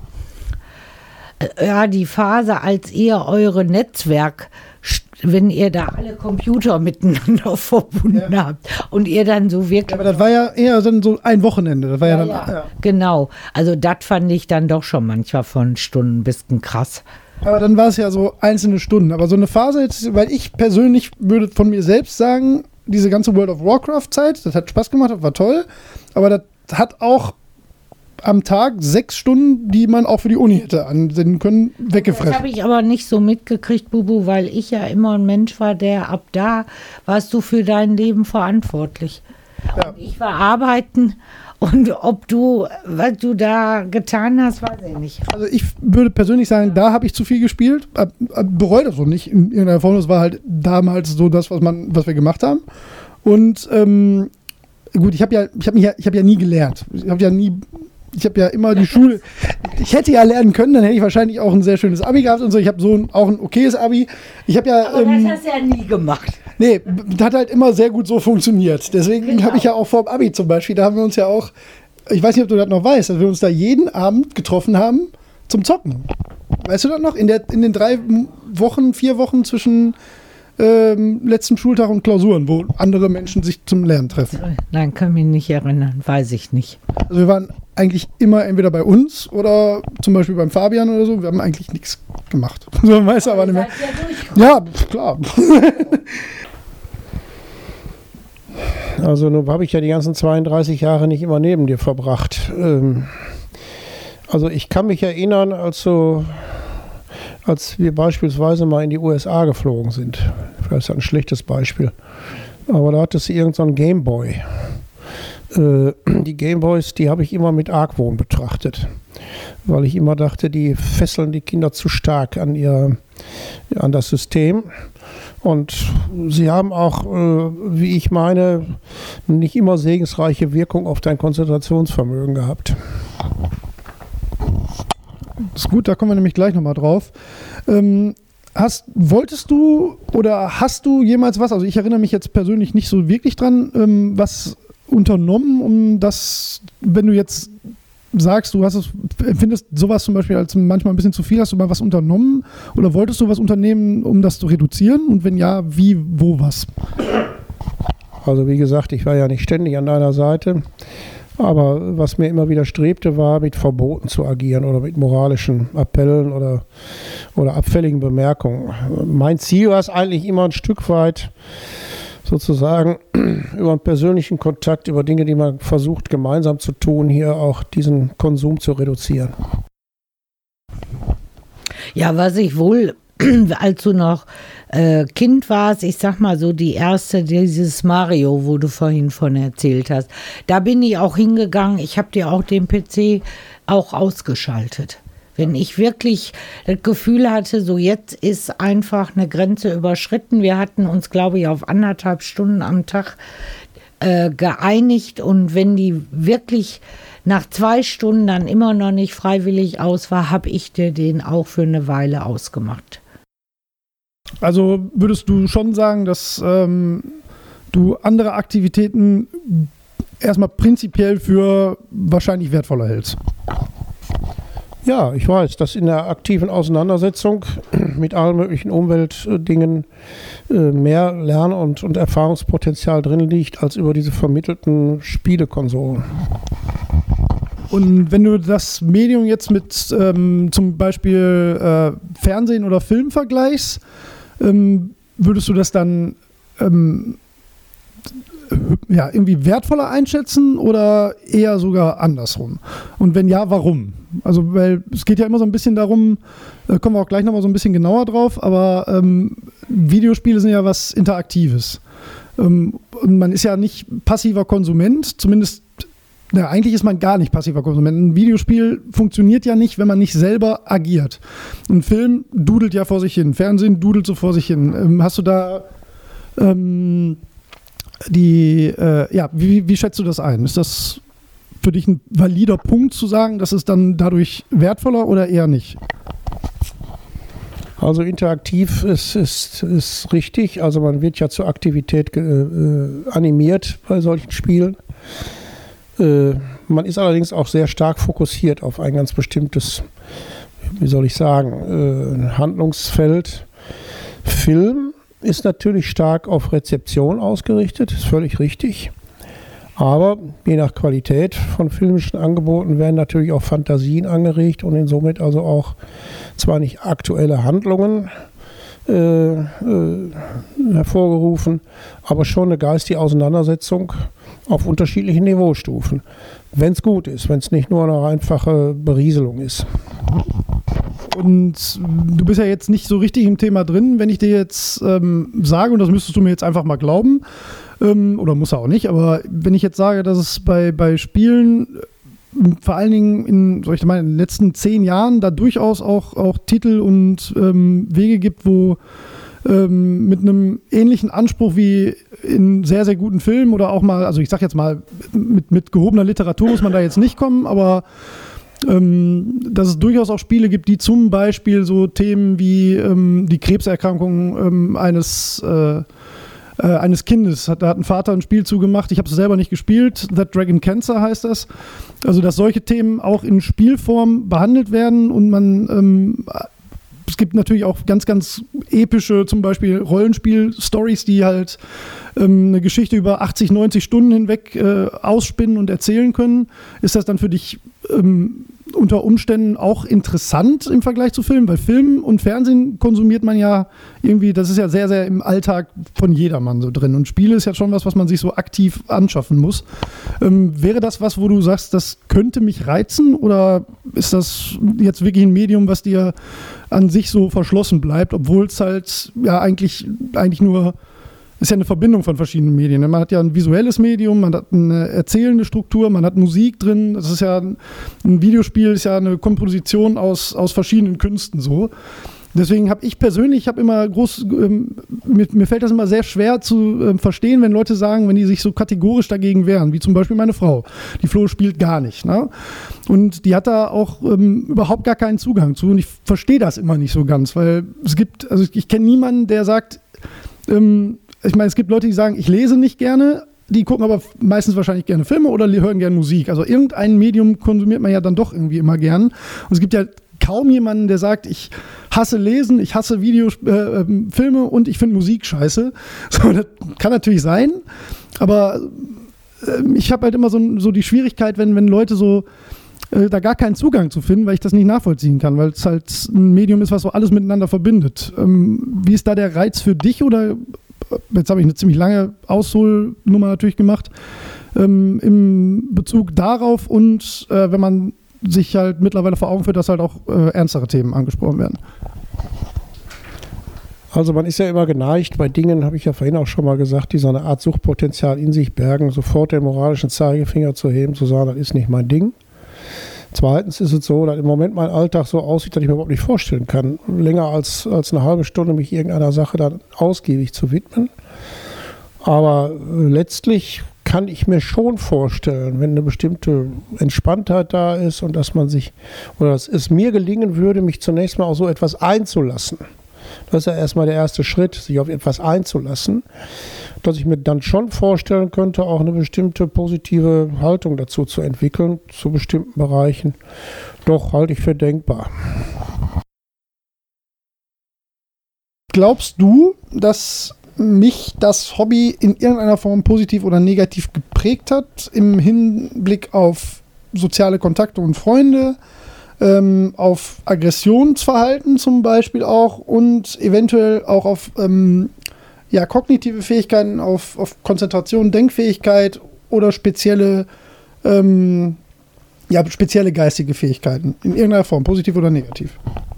Ja, die Phase, als ihr eure Netzwerk, wenn ihr da alle Computer miteinander verbunden habt und ihr dann so wirklich... Ja, aber das war ja eher so ein Wochenende. Das war ja, ja. Genau. Also das fand ich dann doch schon manchmal von Stunden ein bisschen krass. Aber dann war es ja so einzelne Stunden. Aber so eine Phase jetzt, weil ich persönlich würde von mir selbst sagen, diese ganze World of Warcraft-Zeit, das hat Spaß gemacht, das war toll, aber das hat auch am Tag 6 Stunden, die man auch für die Uni hätte ansehen können, weggefressen. Das habe ich aber nicht so mitgekriegt, Bubu, weil ich ja immer ein Mensch war, der ab da warst du für dein Leben verantwortlich. Ja. Und ich war arbeiten und was du da getan hast, weiß ich nicht. Also ich würde persönlich sagen, da habe ich zu viel gespielt, bereue das auch nicht in irgendeiner Form, das war halt damals so das, was wir gemacht haben. Und gut, ich hab ja nie gelernt. Ich habe ja immer die Schule, ich hätte ja lernen können, dann hätte ich wahrscheinlich auch ein sehr schönes Abi gehabt und so. Ich habe auch ein okayes Abi. Aber das hast du ja nie gemacht. Nee, das hat halt immer sehr gut so funktioniert. Deswegen habe ich ja auch vor dem Abi zum Beispiel, da haben wir uns ja auch, ich weiß nicht, ob du das noch weißt, dass wir uns da jeden Abend getroffen haben zum Zocken. Weißt du das noch? In den 4 Wochen zwischen letzten Schultag und Klausuren, wo andere Menschen sich zum Lernen treffen. Nein, kann mich nicht erinnern, weiß ich nicht. Also wir waren eigentlich immer entweder bei uns oder zum Beispiel beim Fabian oder so. Wir haben eigentlich nichts gemacht. So, man weiß aber nicht mehr. Ja, klar. Also nun habe ich ja die ganzen 32 Jahre nicht immer neben dir verbracht. Also ich kann mich erinnern, als wir beispielsweise mal in die USA geflogen sind. Vielleicht ist das ein schlechtes Beispiel. Aber da hattest du irgendeinen Gameboy. Die Gameboys, die habe ich immer mit Argwohn betrachtet. Weil ich immer dachte, die fesseln die Kinder zu stark an das System. Und sie haben auch, wie ich meine, nicht immer segensreiche Wirkung auf dein Konzentrationsvermögen gehabt. Das ist gut, da kommen wir nämlich gleich nochmal drauf. Wolltest du oder hast du jemals was, also ich erinnere mich jetzt persönlich nicht so wirklich dran, was unternommen, um das, wenn du jetzt sagst, empfindest sowas zum Beispiel als manchmal ein bisschen zu viel, hast du mal was unternommen oder wolltest du was unternehmen, um das zu reduzieren? Und wenn ja, wie, wo, was? Also wie gesagt, ich war ja nicht ständig an deiner Seite. Aber was mir immer widerstrebte, war, mit Verboten zu agieren oder mit moralischen Appellen oder abfälligen Bemerkungen. Mein Ziel war es eigentlich immer ein Stück weit, sozusagen über einen persönlichen Kontakt, über Dinge, die man versucht gemeinsam zu tun, hier auch diesen Konsum zu reduzieren. Ja, was ich wohl, als du noch Kind warst, ich sag mal so dieses Mario, wo du vorhin von erzählt hast, da bin ich auch hingegangen, ich habe dir auch den PC auch ausgeschaltet. Wenn ich wirklich das Gefühl hatte, so jetzt ist einfach eine Grenze überschritten. Wir hatten uns, glaube ich, auf 1,5 Stunden am Tag geeinigt und wenn die wirklich nach 2 Stunden dann immer noch nicht freiwillig aus war, habe ich dir den auch für eine Weile ausgemacht. Also würdest du schon sagen, dass du andere Aktivitäten erstmal prinzipiell für wahrscheinlich wertvoller hältst? Ja, ich weiß, dass in der aktiven Auseinandersetzung mit allen möglichen Umweltdingen mehr Lern- und Erfahrungspotenzial drin liegt, als über diese vermittelten Spielekonsolen. Und wenn du das Medium jetzt mit zum Beispiel Fernsehen oder Film vergleichst, würdest du das dann irgendwie wertvoller einschätzen oder eher sogar andersrum? Und wenn ja, warum? Also, weil es geht ja immer so ein bisschen darum, kommen wir auch gleich nochmal so ein bisschen genauer drauf, aber Videospiele sind ja was Interaktives. Und man ist ja nicht passiver Konsument, zumindest, eigentlich ist man gar nicht passiver Konsument. Ein Videospiel funktioniert ja nicht, wenn man nicht selber agiert. Ein Film dudelt ja vor sich hin, Fernsehen dudelt so vor sich hin. Hast du da wie schätzt du das ein? Ist das für dich ein valider Punkt zu sagen, dass es dann dadurch wertvoller oder eher nicht? Also interaktiv ist richtig. Also man wird ja zur Aktivität animiert bei solchen Spielen. Man ist allerdings auch sehr stark fokussiert auf ein ganz bestimmtes, Handlungsfeld. Film ist natürlich stark auf Rezeption ausgerichtet, ist völlig richtig. Aber je nach Qualität von filmischen Angeboten werden natürlich auch Fantasien angeregt und somit also auch zwar nicht aktuelle Handlungen hervorgerufen, aber schon eine geistige Auseinandersetzung auf unterschiedlichen Niveaustufen. Wenn es gut ist, wenn es nicht nur eine einfache Berieselung ist. Und du bist ja jetzt nicht so richtig im Thema drin, wenn ich dir jetzt sage, und das müsstest du mir jetzt einfach mal glauben, oder muss er auch nicht, aber wenn ich jetzt sage, dass es bei Spielen vor allen Dingen in den letzten 10 Jahren da durchaus auch Titel und Wege gibt, wo mit einem ähnlichen Anspruch wie in sehr, sehr guten Filmen oder auch mal, also ich sag jetzt mal, mit gehobener Literatur muss man da jetzt nicht kommen, aber dass es durchaus auch Spiele gibt, die zum Beispiel so Themen wie die Krebserkrankung eines Kindes, da hat ein Vater ein Spiel zugemacht, ich habe es selber nicht gespielt, That Dragon Cancer heißt das, also dass solche Themen auch in Spielform behandelt werden und man es gibt natürlich auch ganz, ganz epische, zum Beispiel Rollenspiel-Stories, die halt eine Geschichte über 80, 90 Stunden hinweg ausspinnen und erzählen können. Ist das dann für dich unter Umständen auch interessant im Vergleich zu Filmen? Weil Film und Fernsehen konsumiert man ja irgendwie, das ist ja sehr, sehr im Alltag von jedermann so drin. Und Spiele ist ja schon was man sich so aktiv anschaffen muss. Wäre das was, wo du sagst, das könnte mich reizen? Oder ist das jetzt wirklich ein Medium, was dir an sich so verschlossen bleibt, obwohl es halt ja eigentlich nur ist ja eine Verbindung von verschiedenen Medien. Man hat ja ein visuelles Medium, man hat eine erzählende Struktur, man hat Musik drin. Das ist ja ein Videospiel, ist ja eine Komposition aus verschiedenen Künsten so. Deswegen habe ich persönlich, mir fällt das immer sehr schwer zu verstehen, wenn Leute sagen, wenn die sich so kategorisch dagegen wehren, wie zum Beispiel meine Frau. Die Flo spielt gar nicht, ne? Und die hat da auch überhaupt gar keinen Zugang zu und ich verstehe das immer nicht so ganz, weil ich kenne niemanden, der sagt, ich meine, es gibt Leute, die sagen, ich lese nicht gerne, die gucken aber meistens wahrscheinlich gerne Filme oder hören gerne Musik. Also irgendein Medium konsumiert man ja dann doch irgendwie immer gern. Und es gibt ja kaum jemanden, der sagt, ich hasse Lesen, ich hasse Filme und ich finde Musik scheiße. So, das kann natürlich sein, aber ich habe halt immer so die Schwierigkeit, wenn Leute so da gar keinen Zugang zu finden, weil ich das nicht nachvollziehen kann, weil es halt ein Medium ist, was so alles miteinander verbindet. Wie ist da der Reiz für dich oder jetzt habe ich eine ziemlich lange Ausholnummer natürlich gemacht, im Bezug darauf und wenn man sich halt mittlerweile vor Augen führt, dass halt auch ernstere Themen angesprochen werden. Also man ist ja immer geneigt, bei Dingen, habe ich ja vorhin auch schon mal gesagt, die so eine Art Suchtpotenzial in sich bergen, sofort den moralischen Zeigefinger zu heben, zu sagen, das ist nicht mein Ding. Zweitens ist es so, dass im Moment mein Alltag so aussieht, dass ich mir überhaupt nicht vorstellen kann, länger als eine halbe Stunde mich irgendeiner Sache dann ausgiebig zu widmen. Aber letztlich kann ich mir schon vorstellen, wenn eine bestimmte Entspanntheit da ist und dass es mir gelingen würde, mich zunächst mal auf so etwas einzulassen. Das ist ja erstmal der erste Schritt, sich auf etwas einzulassen, dass ich mir dann schon vorstellen könnte, auch eine bestimmte positive Haltung dazu zu entwickeln, zu bestimmten Bereichen. Doch, halte ich für denkbar. Glaubst du, dass mich das Hobby in irgendeiner Form positiv oder negativ geprägt hat, im Hinblick auf soziale Kontakte und Freunde, auf Aggressionsverhalten zum Beispiel auch und eventuell auch auf kognitive Fähigkeiten, auf Konzentration, Denkfähigkeit oder spezielle geistige Fähigkeiten in irgendeiner Form, positiv oder negativ?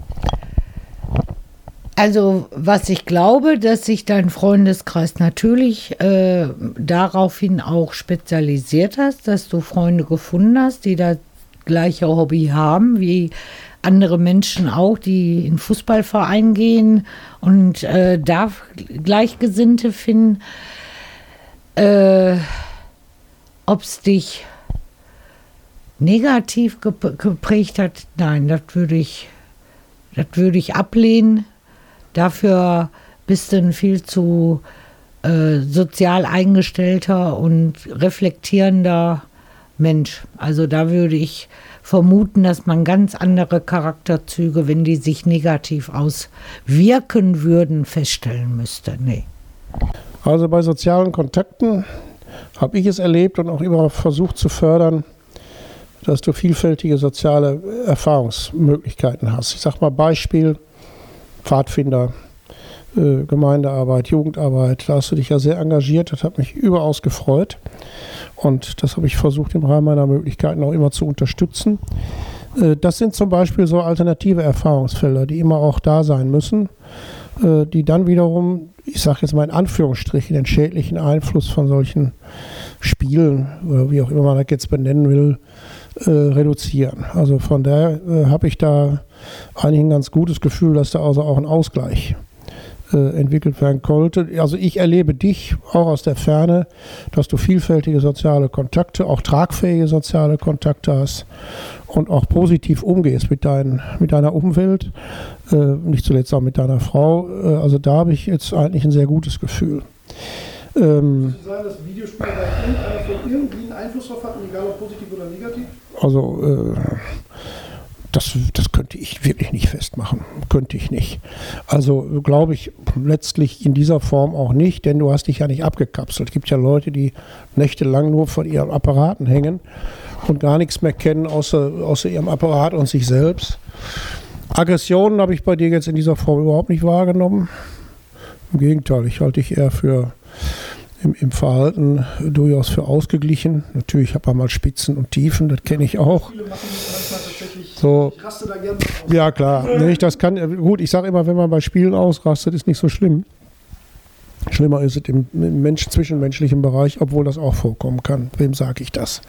Also was ich glaube, dass sich dein Freundeskreis natürlich daraufhin auch spezialisiert hast, dass du Freunde gefunden hast, die das gleiche Hobby haben, wie andere Menschen auch, die in Fußballverein gehen und da Gleichgesinnte finden. Ob es dich negativ geprägt hat, nein, das würde ich ablehnen. Dafür bist du ein viel zu sozial eingestellter und reflektierender Mensch. Also da würde ich vermuten, dass man ganz andere Charakterzüge, wenn die sich negativ auswirken würden, feststellen müsste. Nee. Also bei sozialen Kontakten habe ich es erlebt und auch immer versucht zu fördern, dass du vielfältige soziale Erfahrungsmöglichkeiten hast. Ich sage mal Beispiel, Pfadfinder, Gemeindearbeit, Jugendarbeit, da hast du dich ja sehr engagiert, das hat mich überaus gefreut und das habe ich versucht im Rahmen meiner Möglichkeiten auch immer zu unterstützen. Das sind zum Beispiel so alternative Erfahrungsfelder, die immer auch da sein müssen, die dann wiederum, ich sage jetzt mal in Anführungsstrichen, den schädlichen Einfluss von solchen Spielen, oder wie auch immer man das jetzt benennen will, reduzieren. Also von daher habe ich da eigentlich ein ganz gutes Gefühl, dass da also auch ein Ausgleich entwickelt werden konnte. Also ich erlebe dich auch aus der Ferne, dass du vielfältige soziale Kontakte, auch tragfähige soziale Kontakte hast und auch positiv umgehst mit deiner Umwelt, nicht zuletzt auch mit deiner Frau. Also da habe ich jetzt eigentlich ein sehr gutes Gefühl. Würdest du sagen, dass Videospiele da irgendwie einen Einfluss drauf hatten, egal ob positiv oder negativ? Also das könnte ich wirklich nicht festmachen. Könnte ich nicht. Also glaube ich letztlich in dieser Form auch nicht, denn du hast dich ja nicht abgekapselt. Es gibt ja Leute, die nächtelang nur von ihren Apparaten hängen und gar nichts mehr kennen außer ihrem Apparat und sich selbst. Aggressionen habe ich bei dir jetzt in dieser Form überhaupt nicht wahrgenommen. Im Gegenteil, ich halte dich eher für im Verhalten durchaus für ausgeglichen. Natürlich habe ich mal Spitzen und Tiefen, das kenne ich auch. Viele machen manchmal tatsächlich, so. ich raste da gerne aus. Ja, klar. Nee, das kann, gut, ich sage immer, wenn man bei Spielen ausrastet, ist nicht so schlimm. Schlimmer ist es im zwischenmenschlichen Bereich, obwohl das auch vorkommen kann. Wem sage ich das?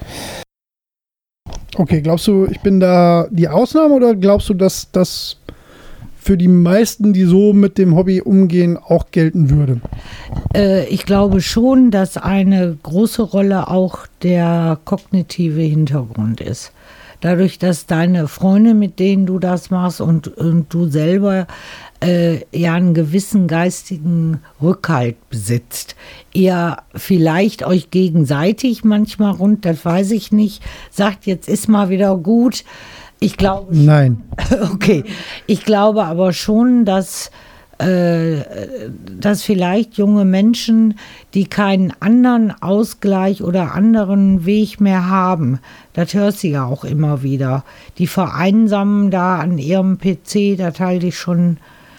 Okay, glaubst du, ich bin da die Ausnahme oder glaubst du, dass das für die meisten, die so mit dem Hobby umgehen, auch gelten würde? Ich glaube schon, dass eine große Rolle auch der kognitive Hintergrund ist. Dadurch, dass deine Freunde, mit denen du das machst und du selber ja einen gewissen geistigen Rückhalt besitzt, ihr vielleicht euch gegenseitig manchmal das weiß ich nicht, sagt, jetzt ist mal wieder gut. Ich glaube schon, nein. Okay, ich glaube aber schon, dass vielleicht junge Menschen, die keinen anderen Ausgleich oder anderen Weg mehr haben, das hörst du ja auch immer wieder, die vereinsamen da an ihrem PC, das halte ich schon,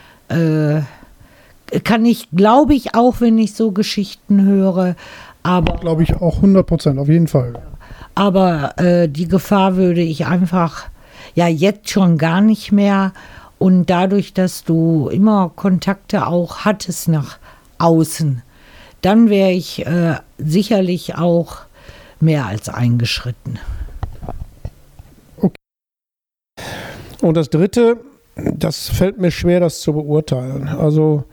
glaube ich auch, wenn ich so Geschichten höre, aber... Glaube ich auch 100%, auf jeden Fall. Aber die Gefahr würde ich einfach... Ja, jetzt schon gar nicht mehr. Und dadurch, dass du immer Kontakte auch hattest nach außen, dann wäre ich sicherlich auch mehr als eingeschritten. Okay. Und das Dritte, das fällt mir schwer, das zu beurteilen. Also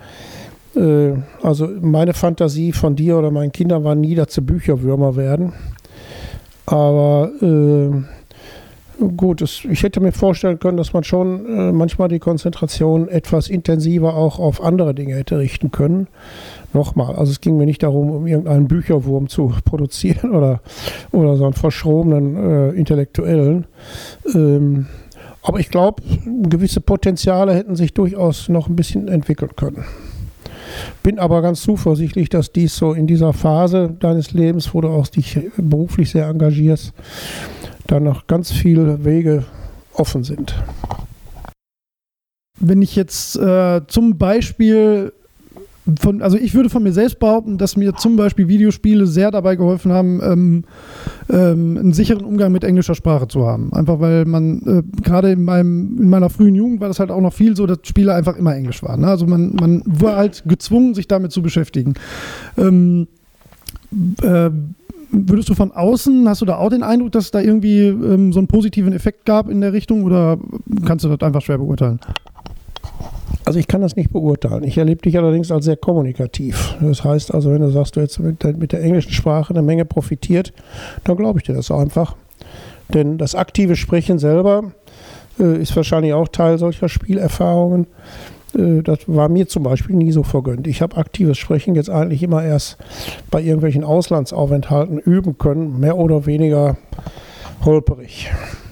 meine Fantasie von dir oder meinen Kindern war nie, dass sie Bücherwürmer werden. Aber Gut, ich hätte mir vorstellen können, dass man schon manchmal die Konzentration etwas intensiver auch auf andere Dinge hätte richten können. Nochmal, also es ging mir nicht darum, um irgendeinen Bücherwurm zu produzieren oder so einen verschrobenen Intellektuellen. Aber ich glaube, gewisse Potenziale hätten sich durchaus noch ein bisschen entwickeln können. Bin aber ganz zuversichtlich, dass dies so in dieser Phase deines Lebens, wo du auch dich beruflich sehr engagierst, dann noch ganz viele Wege offen sind. Wenn ich jetzt zum Beispiel also ich würde von mir selbst behaupten, dass mir zum Beispiel Videospiele sehr dabei geholfen haben, einen sicheren Umgang mit englischer Sprache zu haben. Einfach weil man, gerade in meiner frühen Jugend war das halt auch noch viel so, dass Spiele einfach immer Englisch waren. Ne? Also man war halt gezwungen, sich damit zu beschäftigen. Würdest du von außen, hast du da auch den Eindruck, dass es da irgendwie so einen positiven Effekt gab in der Richtung oder kannst du das einfach schwer beurteilen? Also ich kann das nicht beurteilen. Ich erlebe dich allerdings als sehr kommunikativ. Das heißt also, wenn du sagst, du hättest mit der englischen Sprache eine Menge profitiert, dann glaube ich dir das auch einfach. Denn das aktive Sprechen selber ist wahrscheinlich auch Teil solcher Spielerfahrungen. Das war mir zum Beispiel nie so vergönnt. Ich habe aktives Sprechen jetzt eigentlich immer erst bei irgendwelchen Auslandsaufenthalten üben können, mehr oder weniger holperig.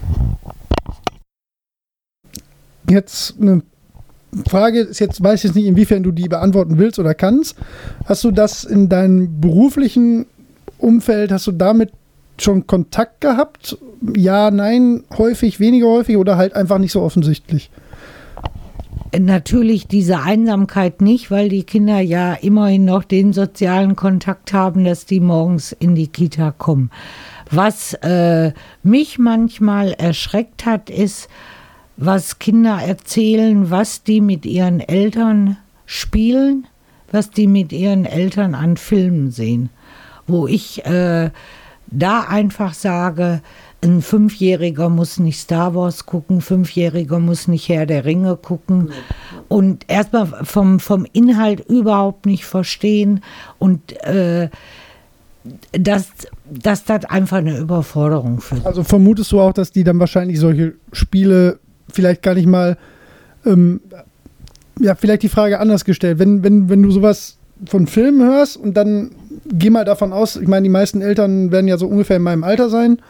Jetzt eine Frage ist jetzt, weiß ich jetzt nicht, inwiefern du die beantworten willst oder kannst. Hast du das in deinem beruflichen Umfeld, hast du damit schon Kontakt gehabt? Ja, nein, häufig, weniger häufig oder halt einfach nicht so offensichtlich? Natürlich diese Einsamkeit nicht, weil die Kinder ja immerhin noch den sozialen Kontakt haben, dass die morgens in die Kita kommen. Was mich manchmal erschreckt hat, ist, was Kinder erzählen, was die mit ihren Eltern spielen, was die mit ihren Eltern an Filmen sehen. Wo ich da einfach sage, ein 5-Jähriger muss nicht Star Wars gucken, ein 5-Jähriger muss nicht Herr der Ringe gucken und erstmal vom Inhalt überhaupt nicht verstehen und dass das einfach eine Überforderung führt. Also vermutest du auch, dass die dann wahrscheinlich solche Spiele vielleicht gar nicht mal, vielleicht die Frage anders gestellt, wenn du sowas von Filmen hörst und dann geh mal davon aus, ich meine, die meisten Eltern werden ja so ungefähr in meinem Alter sein,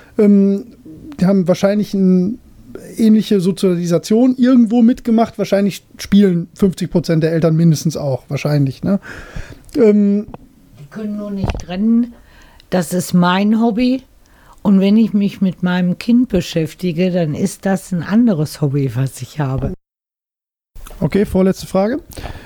die haben wahrscheinlich eine ähnliche Sozialisation irgendwo mitgemacht, wahrscheinlich spielen 50% der Eltern mindestens auch, wahrscheinlich, ne? Die können nur nicht trennen, das ist mein Hobby. Und wenn ich mich mit meinem Kind beschäftige, dann ist das ein anderes Hobby, was ich habe. Okay, vorletzte Frage.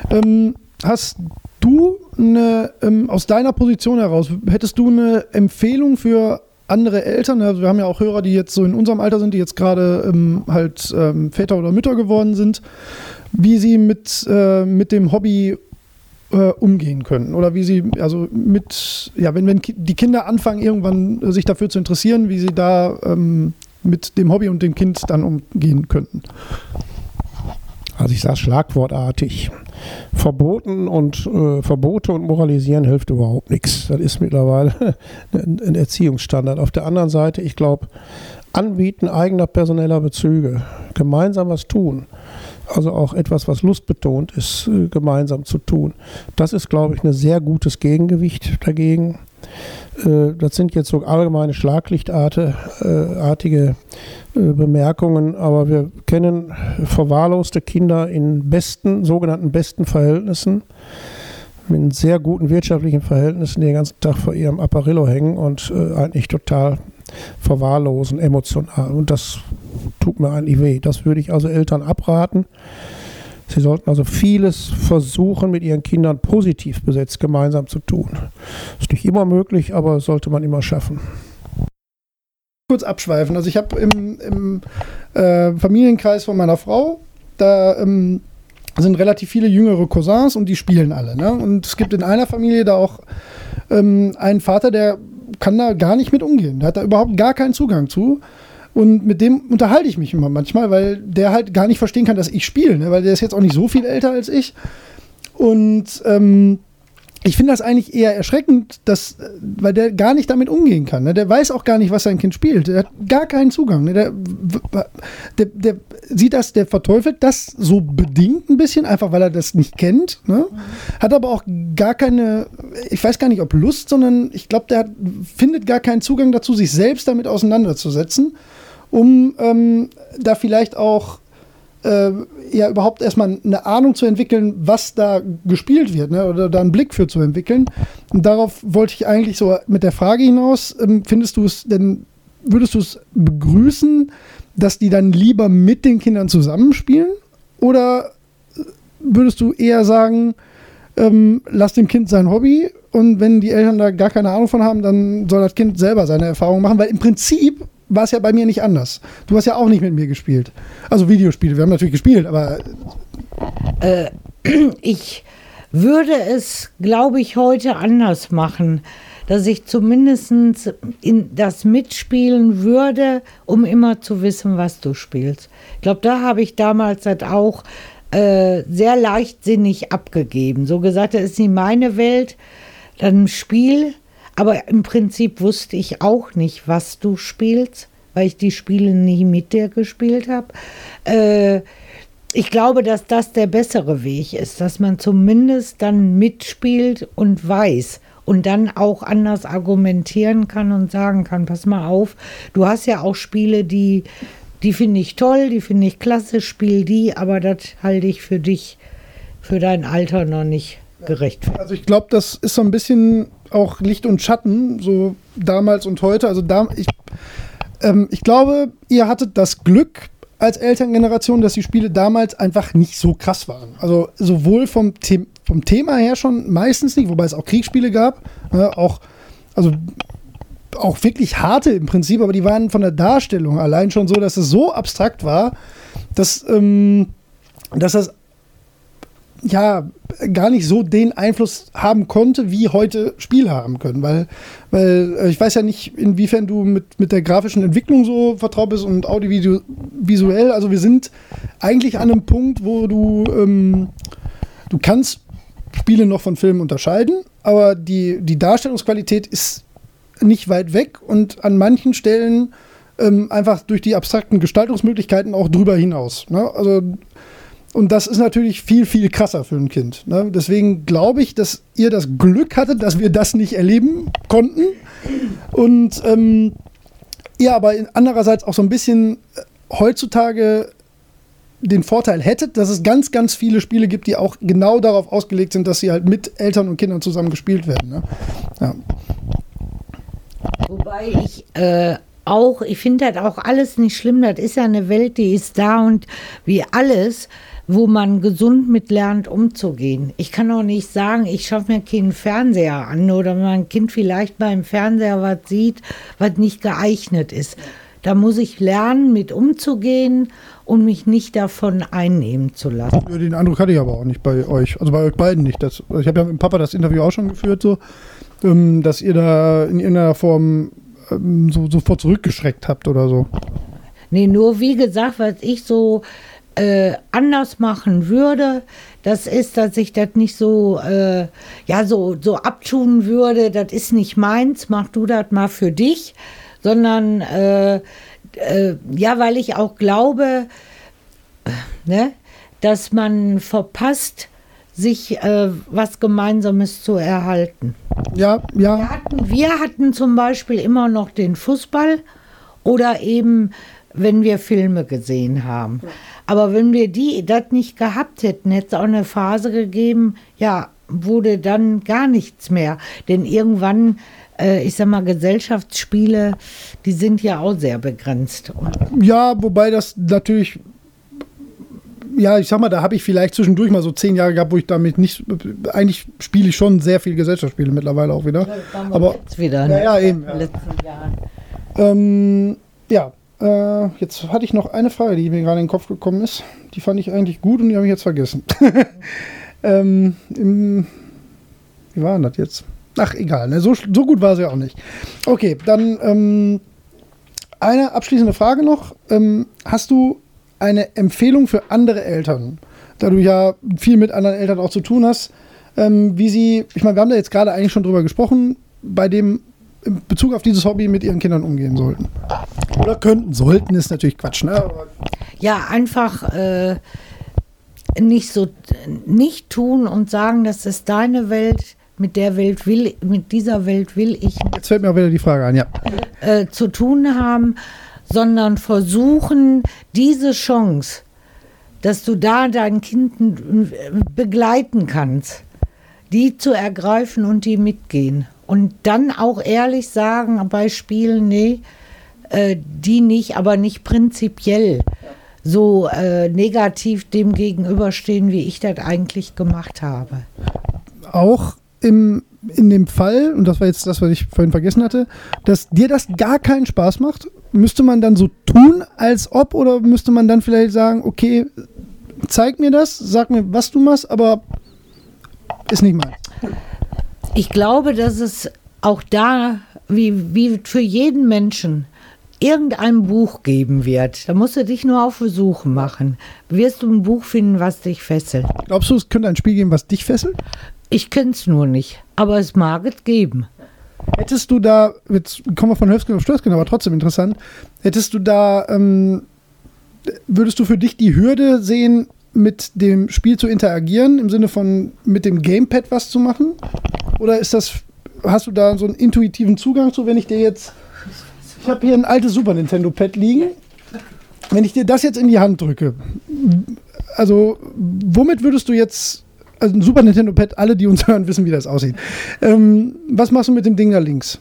Hast du aus deiner Position heraus, hättest du eine Empfehlung für andere Eltern? Also wir haben ja auch Hörer, die jetzt so in unserem Alter sind, die jetzt gerade Väter oder Mütter geworden sind, wie sie mit dem Hobby umgehen können oder wie sie, also wenn die Kinder anfangen, irgendwann sich dafür zu interessieren, wie sie da mit dem Hobby und dem Kind dann umgehen könnten. Also ich sage schlagwortartig. Verbote und Moralisieren hilft überhaupt nichts. Das ist mittlerweile ein Erziehungsstandard. Auf der anderen Seite, ich glaube, Anbieten eigener personeller Bezüge, gemeinsam was tun, also auch etwas, was lustbetont ist, gemeinsam zu tun. Das ist, glaube ich, ein sehr gutes Gegengewicht dagegen. Das sind jetzt so allgemeine schlaglichtartige Bemerkungen, aber wir kennen verwahrloste Kinder in sogenannten besten Verhältnissen, mit sehr guten wirtschaftlichen Verhältnissen, die den ganzen Tag vor ihrem Apparillo hängen und eigentlich total verwahrlosen, emotional. Und das tut mir eigentlich weh. Das würde ich also Eltern abraten. Sie sollten also vieles versuchen, mit ihren Kindern positiv besetzt gemeinsam zu tun. Ist nicht immer möglich, aber sollte man immer schaffen. Kurz abschweifen. Also ich habe im Familienkreis von meiner Frau, da sind relativ viele jüngere Cousins und die spielen alle. Ne? Und es gibt in einer Familie da auch einen Vater, der kann da gar nicht mit umgehen. Der hat da überhaupt gar keinen Zugang zu. Und mit dem unterhalte ich mich immer manchmal, weil der halt gar nicht verstehen kann, dass ich spiele. Ne? Weil der ist jetzt auch nicht so viel älter als ich. Und ich finde das eigentlich eher erschreckend, weil der gar nicht damit umgehen kann. Ne? Der weiß auch gar nicht, was sein Kind spielt. Der hat gar keinen Zugang. Ne? Der sieht das, der verteufelt das so bedingt ein bisschen, einfach weil er das nicht kennt. Ne? Hat aber auch gar keine, ich weiß gar nicht, ob Lust, sondern ich glaube, der findet gar keinen Zugang dazu, sich selbst damit auseinanderzusetzen, um da vielleicht auch ja überhaupt erstmal eine Ahnung zu entwickeln, was da gespielt wird, ne? Oder da einen Blick für zu entwickeln. Und darauf wollte ich eigentlich so mit der Frage hinaus, würdest du es begrüßen, dass die dann lieber mit den Kindern zusammenspielen? Oder würdest du eher sagen, lass dem Kind sein Hobby und wenn die Eltern da gar keine Ahnung von haben, dann soll das Kind selber seine Erfahrungen machen, weil im Prinzip war es ja bei mir nicht anders. Du hast ja auch nicht mit mir gespielt. Also Videospiele, wir haben natürlich gespielt, aber... Ich würde es, glaube ich, heute anders machen, dass ich zumindest in das mitspielen würde, um immer zu wissen, was du spielst. Ich glaube, da habe ich damals das auch sehr leichtsinnig abgegeben. So gesagt, das ist nicht meine Welt, dann Spiel... Aber im Prinzip wusste ich auch nicht, was du spielst, weil ich die Spiele nie mit dir gespielt habe. Ich glaube, dass das der bessere Weg ist, dass man zumindest dann mitspielt und weiß und dann auch anders argumentieren kann und sagen kann, pass mal auf, du hast ja auch Spiele, die finde ich toll, die finde ich klasse, spiel die, aber das halte ich für dich, für dein Alter noch nicht gerechtfertigt. Also ich glaube, das ist so ein bisschen auch Licht und Schatten, so damals und heute. Also ich glaube, ihr hattet das Glück als Elterngeneration, dass die Spiele damals einfach nicht so krass waren. Also sowohl vom Thema her schon meistens nicht, wobei es auch Kriegsspiele gab, auch wirklich harte im Prinzip, aber die waren von der Darstellung allein schon so, dass es so abstrakt war, dass das ja gar nicht so den Einfluss haben konnte, wie heute Spiele haben können, weil ich weiß ja nicht, inwiefern du mit der grafischen Entwicklung so vertraut bist und audiovisuell, also wir sind eigentlich an einem Punkt, wo du kannst Spiele noch von Filmen unterscheiden, aber die Darstellungsqualität ist nicht weit weg und an manchen Stellen einfach durch die abstrakten Gestaltungsmöglichkeiten auch drüber hinaus, ne? Also und das ist natürlich viel, viel krasser für ein Kind. Ne? Deswegen glaube ich, dass ihr das Glück hattet, dass wir das nicht erleben konnten. Und ihr aber andererseits auch so ein bisschen heutzutage den Vorteil hättet, dass es ganz, ganz viele Spiele gibt, die auch genau darauf ausgelegt sind, dass sie halt mit Eltern und Kindern zusammen gespielt werden. Ne? Ja. Wobei ich finde das auch alles nicht schlimm. Das ist ja eine Welt, die ist da und wie alles, wo man gesund mit lernt, umzugehen. Ich kann auch nicht sagen, ich schaffe mir keinen Fernseher an oder mein Kind vielleicht beim Fernseher was sieht, was nicht geeignet ist. Da muss ich lernen, mit umzugehen und mich nicht davon einnehmen zu lassen. Den Eindruck hatte ich aber auch nicht bei euch, also bei euch beiden nicht. Ich habe ja mit dem Papa das Interview auch schon geführt, so, dass ihr da in irgendeiner Form sofort zurückgeschreckt habt oder so. Nee, nur wie gesagt, was ich so anders machen würde, das ist, dass ich das nicht so abtun würde, das ist nicht meins, mach du das mal für dich, sondern weil ich auch glaube, dass man verpasst, sich was Gemeinsames zu erhalten. Ja. Wir hatten zum Beispiel immer noch den Fußball oder eben, wenn wir Filme gesehen haben. Ja. Aber wenn wir das nicht gehabt hätten, hätte es auch eine Phase gegeben, wurde dann gar nichts mehr. Denn irgendwann, ich sag mal, Gesellschaftsspiele, die sind ja auch sehr begrenzt. Ja, wobei das natürlich... Ja, ich sag mal, da habe ich vielleicht zwischendurch mal so 10 Jahre gehabt, wo ich damit nicht, eigentlich spiele ich schon sehr viel Gesellschaftsspiele mittlerweile auch wieder. Aber jetzt wieder, eben. In den letzten Jahren. Jetzt hatte ich noch eine Frage, die mir gerade in den Kopf gekommen ist. Die fand ich eigentlich gut und die habe ich jetzt vergessen. Wie war denn das jetzt? Ach, egal, ne? So gut war sie ja auch nicht. Okay, dann eine abschließende Frage noch. Hast du eine Empfehlung für andere Eltern, da du ja viel mit anderen Eltern auch zu tun hast, wie sie, ich meine, wir haben da jetzt gerade eigentlich schon drüber gesprochen, bei dem in Bezug auf dieses Hobby mit ihren Kindern umgehen sollten. Oder könnten. Sollten ist natürlich Quatsch, ne? Ja, einfach nicht tun und sagen, das ist deine Welt, mit dieser Welt will ich Jetzt fällt mir auch wieder die Frage ein, ja. zu tun haben, sondern versuchen, diese Chance, dass du da dein Kind begleiten kannst, die zu ergreifen und die mitgehen. Und dann auch ehrlich sagen bei Spielen, nee, die nicht, aber nicht prinzipiell so negativ dem gegenüberstehen, wie ich das eigentlich gemacht habe. Auch in dem Fall, und das war jetzt das, was ich vorhin vergessen hatte, dass dir das gar keinen Spaß macht, müsste man dann so tun, als ob, oder müsste man dann vielleicht sagen, okay, zeig mir das, sag mir, was du machst, aber ist nicht meins. Ich glaube, dass es auch da, wie für jeden Menschen, irgendein Buch geben wird. Da musst du dich nur auf Versuche machen. Wirst du ein Buch finden, was dich fesselt. Glaubst du, es könnte ein Spiel geben, was dich fesselt? Ich kenne es nur nicht, aber es mag es geben. Hättest du da, jetzt kommen wir von Höfgen auf Stößgen, aber trotzdem interessant, hättest du da, würdest du für dich die Hürde sehen, mit dem Spiel zu interagieren, im Sinne von mit dem Gamepad was zu machen? Oder hast du da so einen intuitiven Zugang zu, wenn ich dir jetzt, ich habe hier ein altes Super Nintendo Pad liegen, wenn ich dir das jetzt in die Hand drücke, also womit würdest du jetzt, also ein Super Nintendo Pad, alle, die uns hören, wissen, wie das aussieht. Was machst du mit dem Ding da links?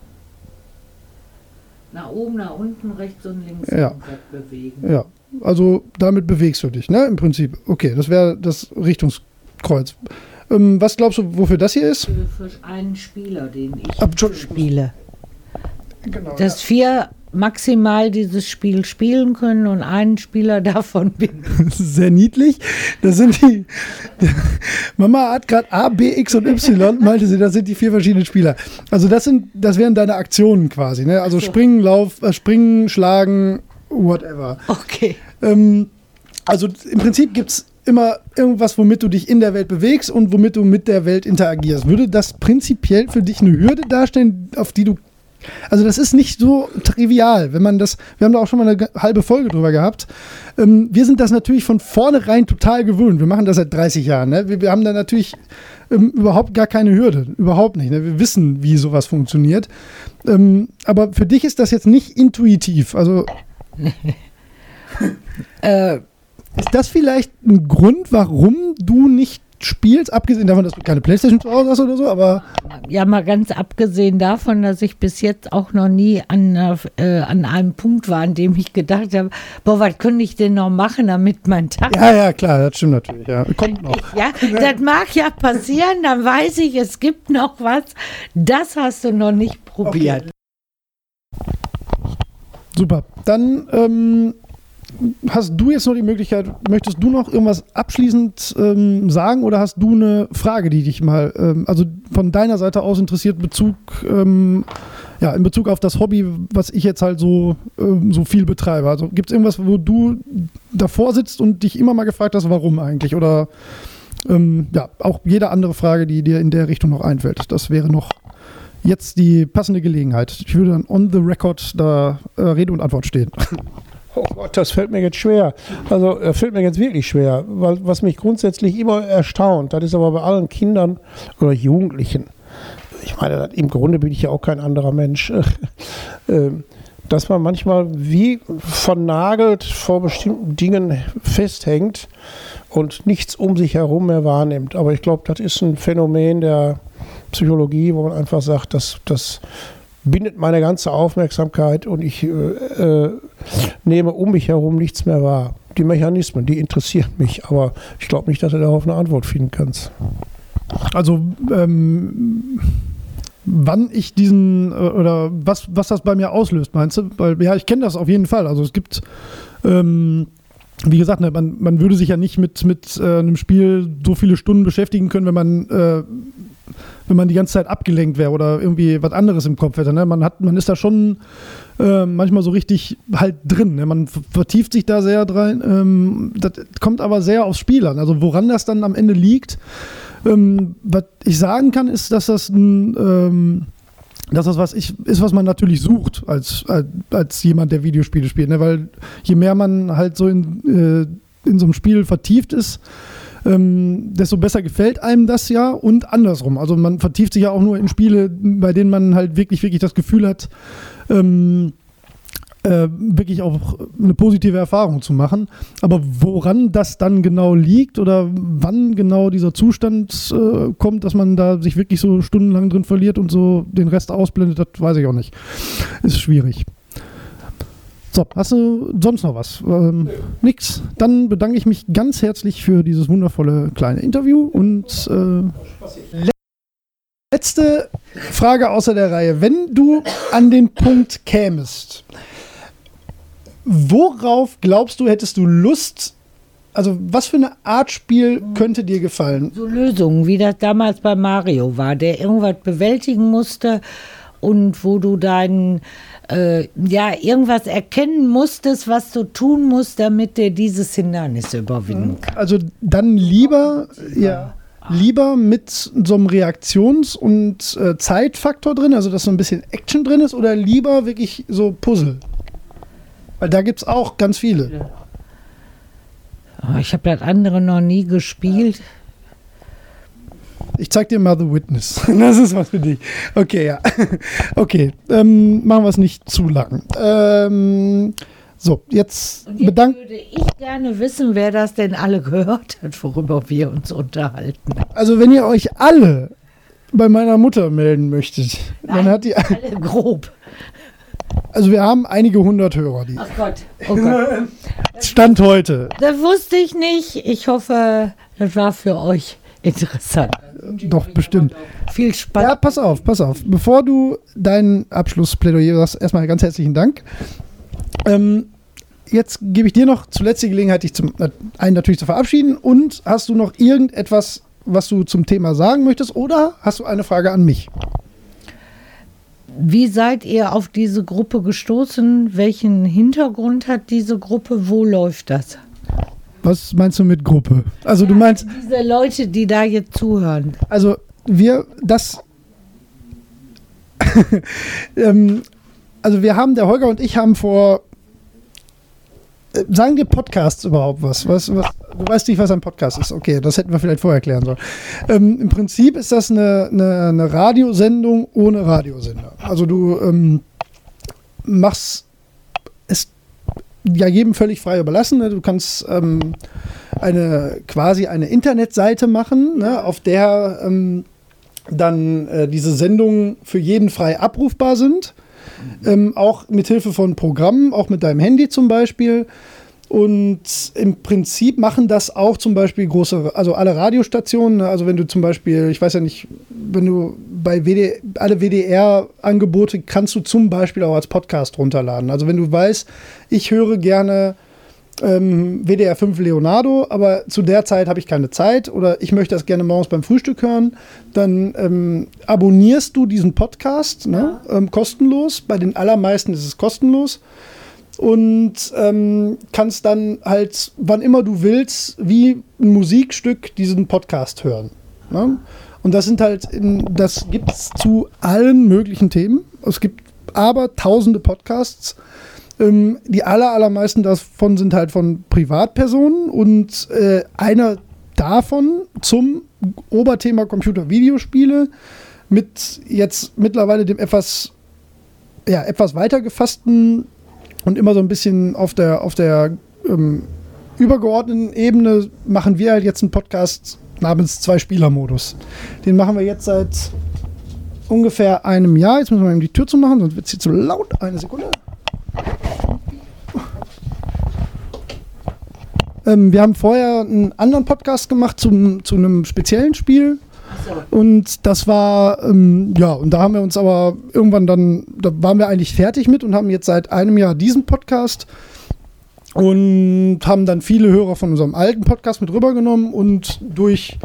Nach oben, nach unten, rechts und links bewegen. Ja, also damit bewegst du dich, ne? Im Prinzip. Okay, das wäre das Richtungskreuz. Was glaubst du, wofür das hier ist? Für einen Spieler, den ich spiele. Genau, dass 4 maximal dieses Spiel spielen können und einen Spieler davon bin. Das ist sehr niedlich. Das sind die. Mama hat gerade A, B, X und Y, meinte sie, das sind die 4 verschiedenen Spieler. Also das wären deine Aktionen quasi, ne? Also springen, springen, schlagen, whatever. Okay. Also im Prinzip gibt es immer irgendwas, womit du dich in der Welt bewegst und womit du mit der Welt interagierst. Würde das prinzipiell für dich eine Hürde darstellen, auf die du. Also das ist nicht so trivial, wenn man das, wir haben da auch schon mal eine halbe Folge drüber gehabt. Wir sind das natürlich von vornherein total gewöhnt. Wir machen das seit 30 Jahren. Ne? Wir haben da natürlich überhaupt gar keine Hürde. Überhaupt nicht. Ne? Wir wissen, wie sowas funktioniert. Aber für dich ist das jetzt nicht intuitiv. Also ist das vielleicht ein Grund, warum du nicht spielst, abgesehen davon, dass du keine Playstation zu Hause hast oder so, aber... Ja, mal ganz abgesehen davon, dass ich bis jetzt auch noch nie an einem Punkt war, an dem ich gedacht habe, boah, was könnte ich denn noch machen, damit mein Tag... Ja, klar, das stimmt natürlich, ja. Kommt noch. Ja, das mag ja passieren, dann weiß ich, es gibt noch was, das hast du noch nicht probiert. Okay. Super, dann hast du jetzt noch die Möglichkeit, möchtest du noch irgendwas abschließend sagen oder hast du eine Frage, die dich mal, also von deiner Seite aus interessiert, in Bezug auf das Hobby, was ich jetzt halt so viel betreibe? Also gibt es irgendwas, wo du davor sitzt und dich immer mal gefragt hast, warum eigentlich? Oder auch jede andere Frage, die dir in der Richtung noch einfällt. Das wäre noch jetzt die passende Gelegenheit. Ich würde dann on the record da Rede und Antwort stehen. Oh Gott, das fällt mir jetzt schwer. Also fällt mir jetzt wirklich schwer, weil was mich grundsätzlich immer erstaunt, das ist aber bei allen Kindern oder Jugendlichen, ich meine, im Grunde bin ich ja auch kein anderer Mensch, dass man manchmal wie vernagelt vor bestimmten Dingen festhängt und nichts um sich herum mehr wahrnimmt. Aber ich glaube, das ist ein Phänomen der Psychologie, wo man einfach sagt, das bindet meine ganze Aufmerksamkeit und ich nehme um mich herum nichts mehr wahr. Die Mechanismen, die interessieren mich, aber ich glaube nicht, dass du darauf eine Antwort finden kannst. Also wann ich diesen oder was das bei mir auslöst, meinst du? Weil ja, ich kenne das auf jeden Fall. Also es gibt wie gesagt, ne, man würde sich ja nicht mit einem Spiel so viele Stunden beschäftigen können, wenn man die ganze Zeit abgelenkt wäre oder irgendwie was anderes im Kopf hätte. Ne? Man ist da schon manchmal so richtig halt drin. Ne? Man vertieft sich da sehr rein. Das kommt aber sehr aufs Spiel an. Also woran das dann am Ende liegt, Was ich sagen kann, ist, dass das was man natürlich sucht als jemand, der Videospiele spielt. Ne? Weil je mehr man halt so in so einem Spiel vertieft ist, desto besser gefällt einem das ja und andersrum. Also man vertieft sich ja auch nur in Spiele, bei denen man halt wirklich, wirklich das Gefühl hat, wirklich auch eine positive Erfahrung zu machen. Aber woran das dann genau liegt oder wann genau dieser Zustand kommt, dass man da sich wirklich so stundenlang drin verliert und so den Rest ausblendet, das weiß ich auch nicht. Ist schwierig. So, hast du sonst noch was? Nix. Dann bedanke ich mich ganz herzlich für dieses wundervolle kleine Interview und letzte Frage außer der Reihe. Wenn du an den Punkt kämest, worauf glaubst du, hättest du Lust, also was für eine Art Spiel könnte dir gefallen? So Lösungen, wie das damals bei Mario war, der irgendwas bewältigen musste und wo du irgendwas erkennen musstest, was du tun musst, damit du dieses Hindernis überwinden kannst. Also dann lieber mit so einem Reaktions- und Zeitfaktor drin, also dass so ein bisschen Action drin ist, oder lieber wirklich so Puzzle? Weil da gibt es auch ganz viele. Oh, ich habe das andere noch nie gespielt. Ich zeig dir mal The Witness. Das ist was für dich. Okay, ja. Okay, machen wir es nicht zu lang. So, jetzt würde ich gerne wissen, wer das denn alle gehört hat, worüber wir uns unterhalten. Also wenn ihr euch alle bei meiner Mutter melden möchtet, dann hat die alle grob. Also wir haben einige 100 Hörer. Ach Gott, oh Gott. Stand heute. Das wusste ich nicht. Ich hoffe, das war für euch interessant. Doch, bestimmt. Viel Spaß. Ja, pass auf. Bevor du dein Abschlussplädoyer sagst, erstmal ganz herzlichen Dank. Jetzt gebe ich dir noch zuletzt die Gelegenheit, dich natürlich zu verabschieden. Und hast du noch irgendetwas, was du zum Thema sagen möchtest? Oder hast du eine Frage an mich? Wie seid ihr auf diese Gruppe gestoßen? Welchen Hintergrund hat diese Gruppe? Wo läuft das? Was meinst du mit Gruppe? Also du meinst... Diese Leute, die da jetzt zuhören. Also wir der Holger und ich haben vor... Sagen dir Podcasts überhaupt was? Du weißt nicht, was ein Podcast ist. Okay, das hätten wir vielleicht vorher erklären sollen. Im Prinzip ist das eine Radiosendung ohne Radiosender. Also du machst es ja jedem völlig frei überlassen. Ne? Du kannst quasi eine Internetseite machen, ne? Auf der dann diese Sendungen für jeden frei abrufbar sind. Auch mit Hilfe von Programmen, auch mit deinem Handy zum Beispiel. Und im Prinzip machen das auch zum Beispiel alle Radiostationen. Also wenn du zum Beispiel, ich weiß ja nicht, wenn du bei alle WDR-Angebote kannst du zum Beispiel auch als Podcast runterladen. Also wenn du weißt, ich höre gerne WDR 5 Leonardo, aber zu der Zeit habe ich keine Zeit oder ich möchte das gerne morgens beim Frühstück hören, dann abonnierst du diesen Podcast, ne? Kostenlos. Bei den allermeisten ist es kostenlos und kannst dann halt, wann immer du willst, wie ein Musikstück diesen Podcast hören. Ne? Und das gibt es zu allen möglichen Themen. Es gibt aber tausende Podcasts. Die allermeisten davon sind halt von Privatpersonen und einer davon zum Oberthema Computer-Videospiele mit jetzt mittlerweile dem etwas weiter gefassten und immer so ein bisschen auf der übergeordneten Ebene machen wir halt jetzt einen Podcast namens Zwei-Spieler-Modus. Den machen wir jetzt seit ungefähr einem Jahr. Jetzt müssen wir eben die Tür zumachen, sonst wird es hier zu laut. Eine Sekunde. Wir haben vorher einen anderen Podcast gemacht zu einem speziellen Spiel. So. Und das war, und da haben wir uns aber irgendwann da waren wir eigentlich fertig mit und haben jetzt seit einem Jahr diesen Podcast und haben dann viele Hörer von unserem alten Podcast mit rübergenommen und durch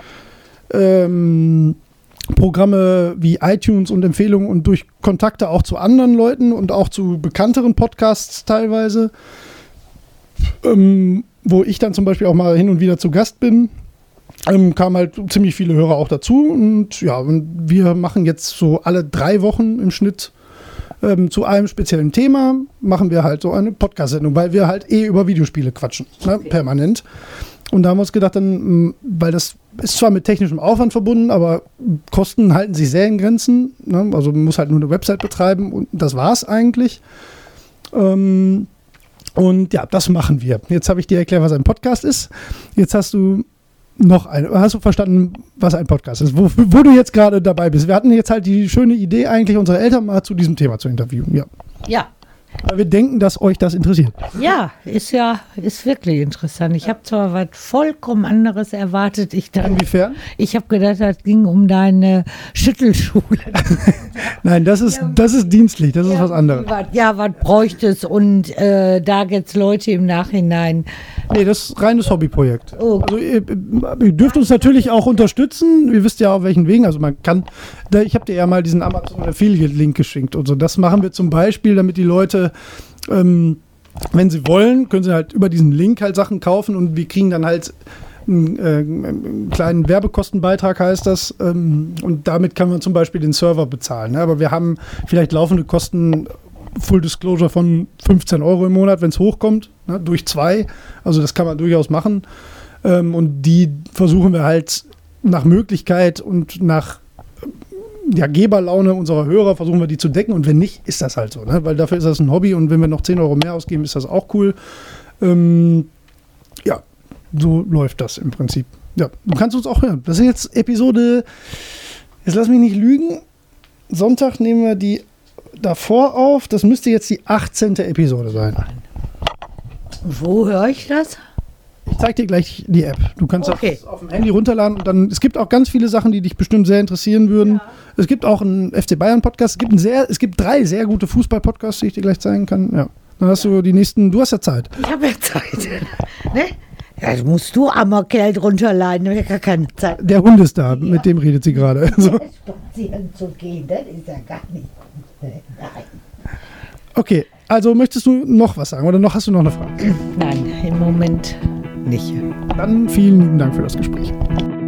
Programme wie iTunes und Empfehlungen und durch Kontakte auch zu anderen Leuten und auch zu bekannteren Podcasts teilweise, wo ich dann zum Beispiel auch mal hin und wieder zu Gast bin, kamen halt ziemlich viele Hörer auch dazu. Und ja, und wir machen jetzt so alle 3 Wochen im Schnitt zu einem speziellen Thema, machen wir halt so eine Podcast-Sendung, weil wir halt über Videospiele quatschen, ne, permanent. Und da haben wir uns gedacht, dann, weil das ist zwar mit technischem Aufwand verbunden, aber Kosten halten sich sehr in Grenzen. Ne? Also man muss halt nur eine Website betreiben und das war's eigentlich. Und ja, das machen wir. Jetzt habe ich dir erklärt, was ein Podcast ist. Jetzt hast du hast du verstanden, was ein Podcast ist, wo du jetzt gerade dabei bist. Wir hatten jetzt halt die schöne Idee, eigentlich unsere Eltern mal zu diesem Thema zu interviewen. Ja. Ja. Weil wir denken, dass euch das interessiert. Ja, ist wirklich interessant. Ich habe zwar was vollkommen anderes erwartet. Inwiefern? Ich habe gedacht, das ging um deine Schüttelschule. Nein, das ist dienstlich, das ist was anderes. Was bräuchte es? Und da jetzt Leute im Nachhinein. Nee, das ist reines Hobbyprojekt. Oh. Also ihr dürft uns natürlich auch unterstützen. Ihr wisst ja auf welchen Wegen. Also man kann, ich habe dir ja mal diesen Amazon Affiliate-Link geschickt und so. Das machen wir zum Beispiel, damit die Leute, wenn sie wollen, können sie halt über diesen Link halt Sachen kaufen und wir kriegen dann halt einen kleinen Werbekostenbeitrag, heißt das. Und damit kann man zum Beispiel den Server bezahlen. Ne? Aber wir haben vielleicht laufende Kosten, Full Disclosure, von 15 € im Monat, wenn es hochkommt, ne? Durch 2. Also das kann man durchaus machen. Und die versuchen wir halt nach Möglichkeit und nach Geberlaune unserer Hörer versuchen wir die zu decken und wenn nicht, ist das halt so, ne? Weil dafür ist das ein Hobby und wenn wir noch 10 € mehr ausgeben, ist das auch cool. Ja, so läuft das im Prinzip. Ja, du kannst uns auch hören. Das ist jetzt Episode, jetzt lass mich nicht lügen, Sonntag nehmen wir die davor auf, das müsste jetzt die 18. Episode sein. Wo höre ich das? Ich zeige dir gleich die App. Du kannst das auf dem Handy runterladen und dann, es gibt auch ganz viele Sachen, die dich bestimmt sehr interessieren würden. Ja. Es gibt auch einen FC Bayern Podcast, es gibt 3 sehr gute Fußball-Podcasts, die ich dir gleich zeigen kann. Ja. Dann hast du die nächsten, du hast ja Zeit. Ich habe ja Zeit. Ne? Ja, das musst du, armer Kerl, runterladen, ich habe gar keine Zeit. Der Hund ist da, mit dem redet sie gerade. So. Spazieren zu gehen, das ist ja gar nicht. Nein. Okay, also möchtest du noch was sagen oder hast du noch eine Frage? Nein, im Moment nicht. Dann vielen lieben Dank für das Gespräch.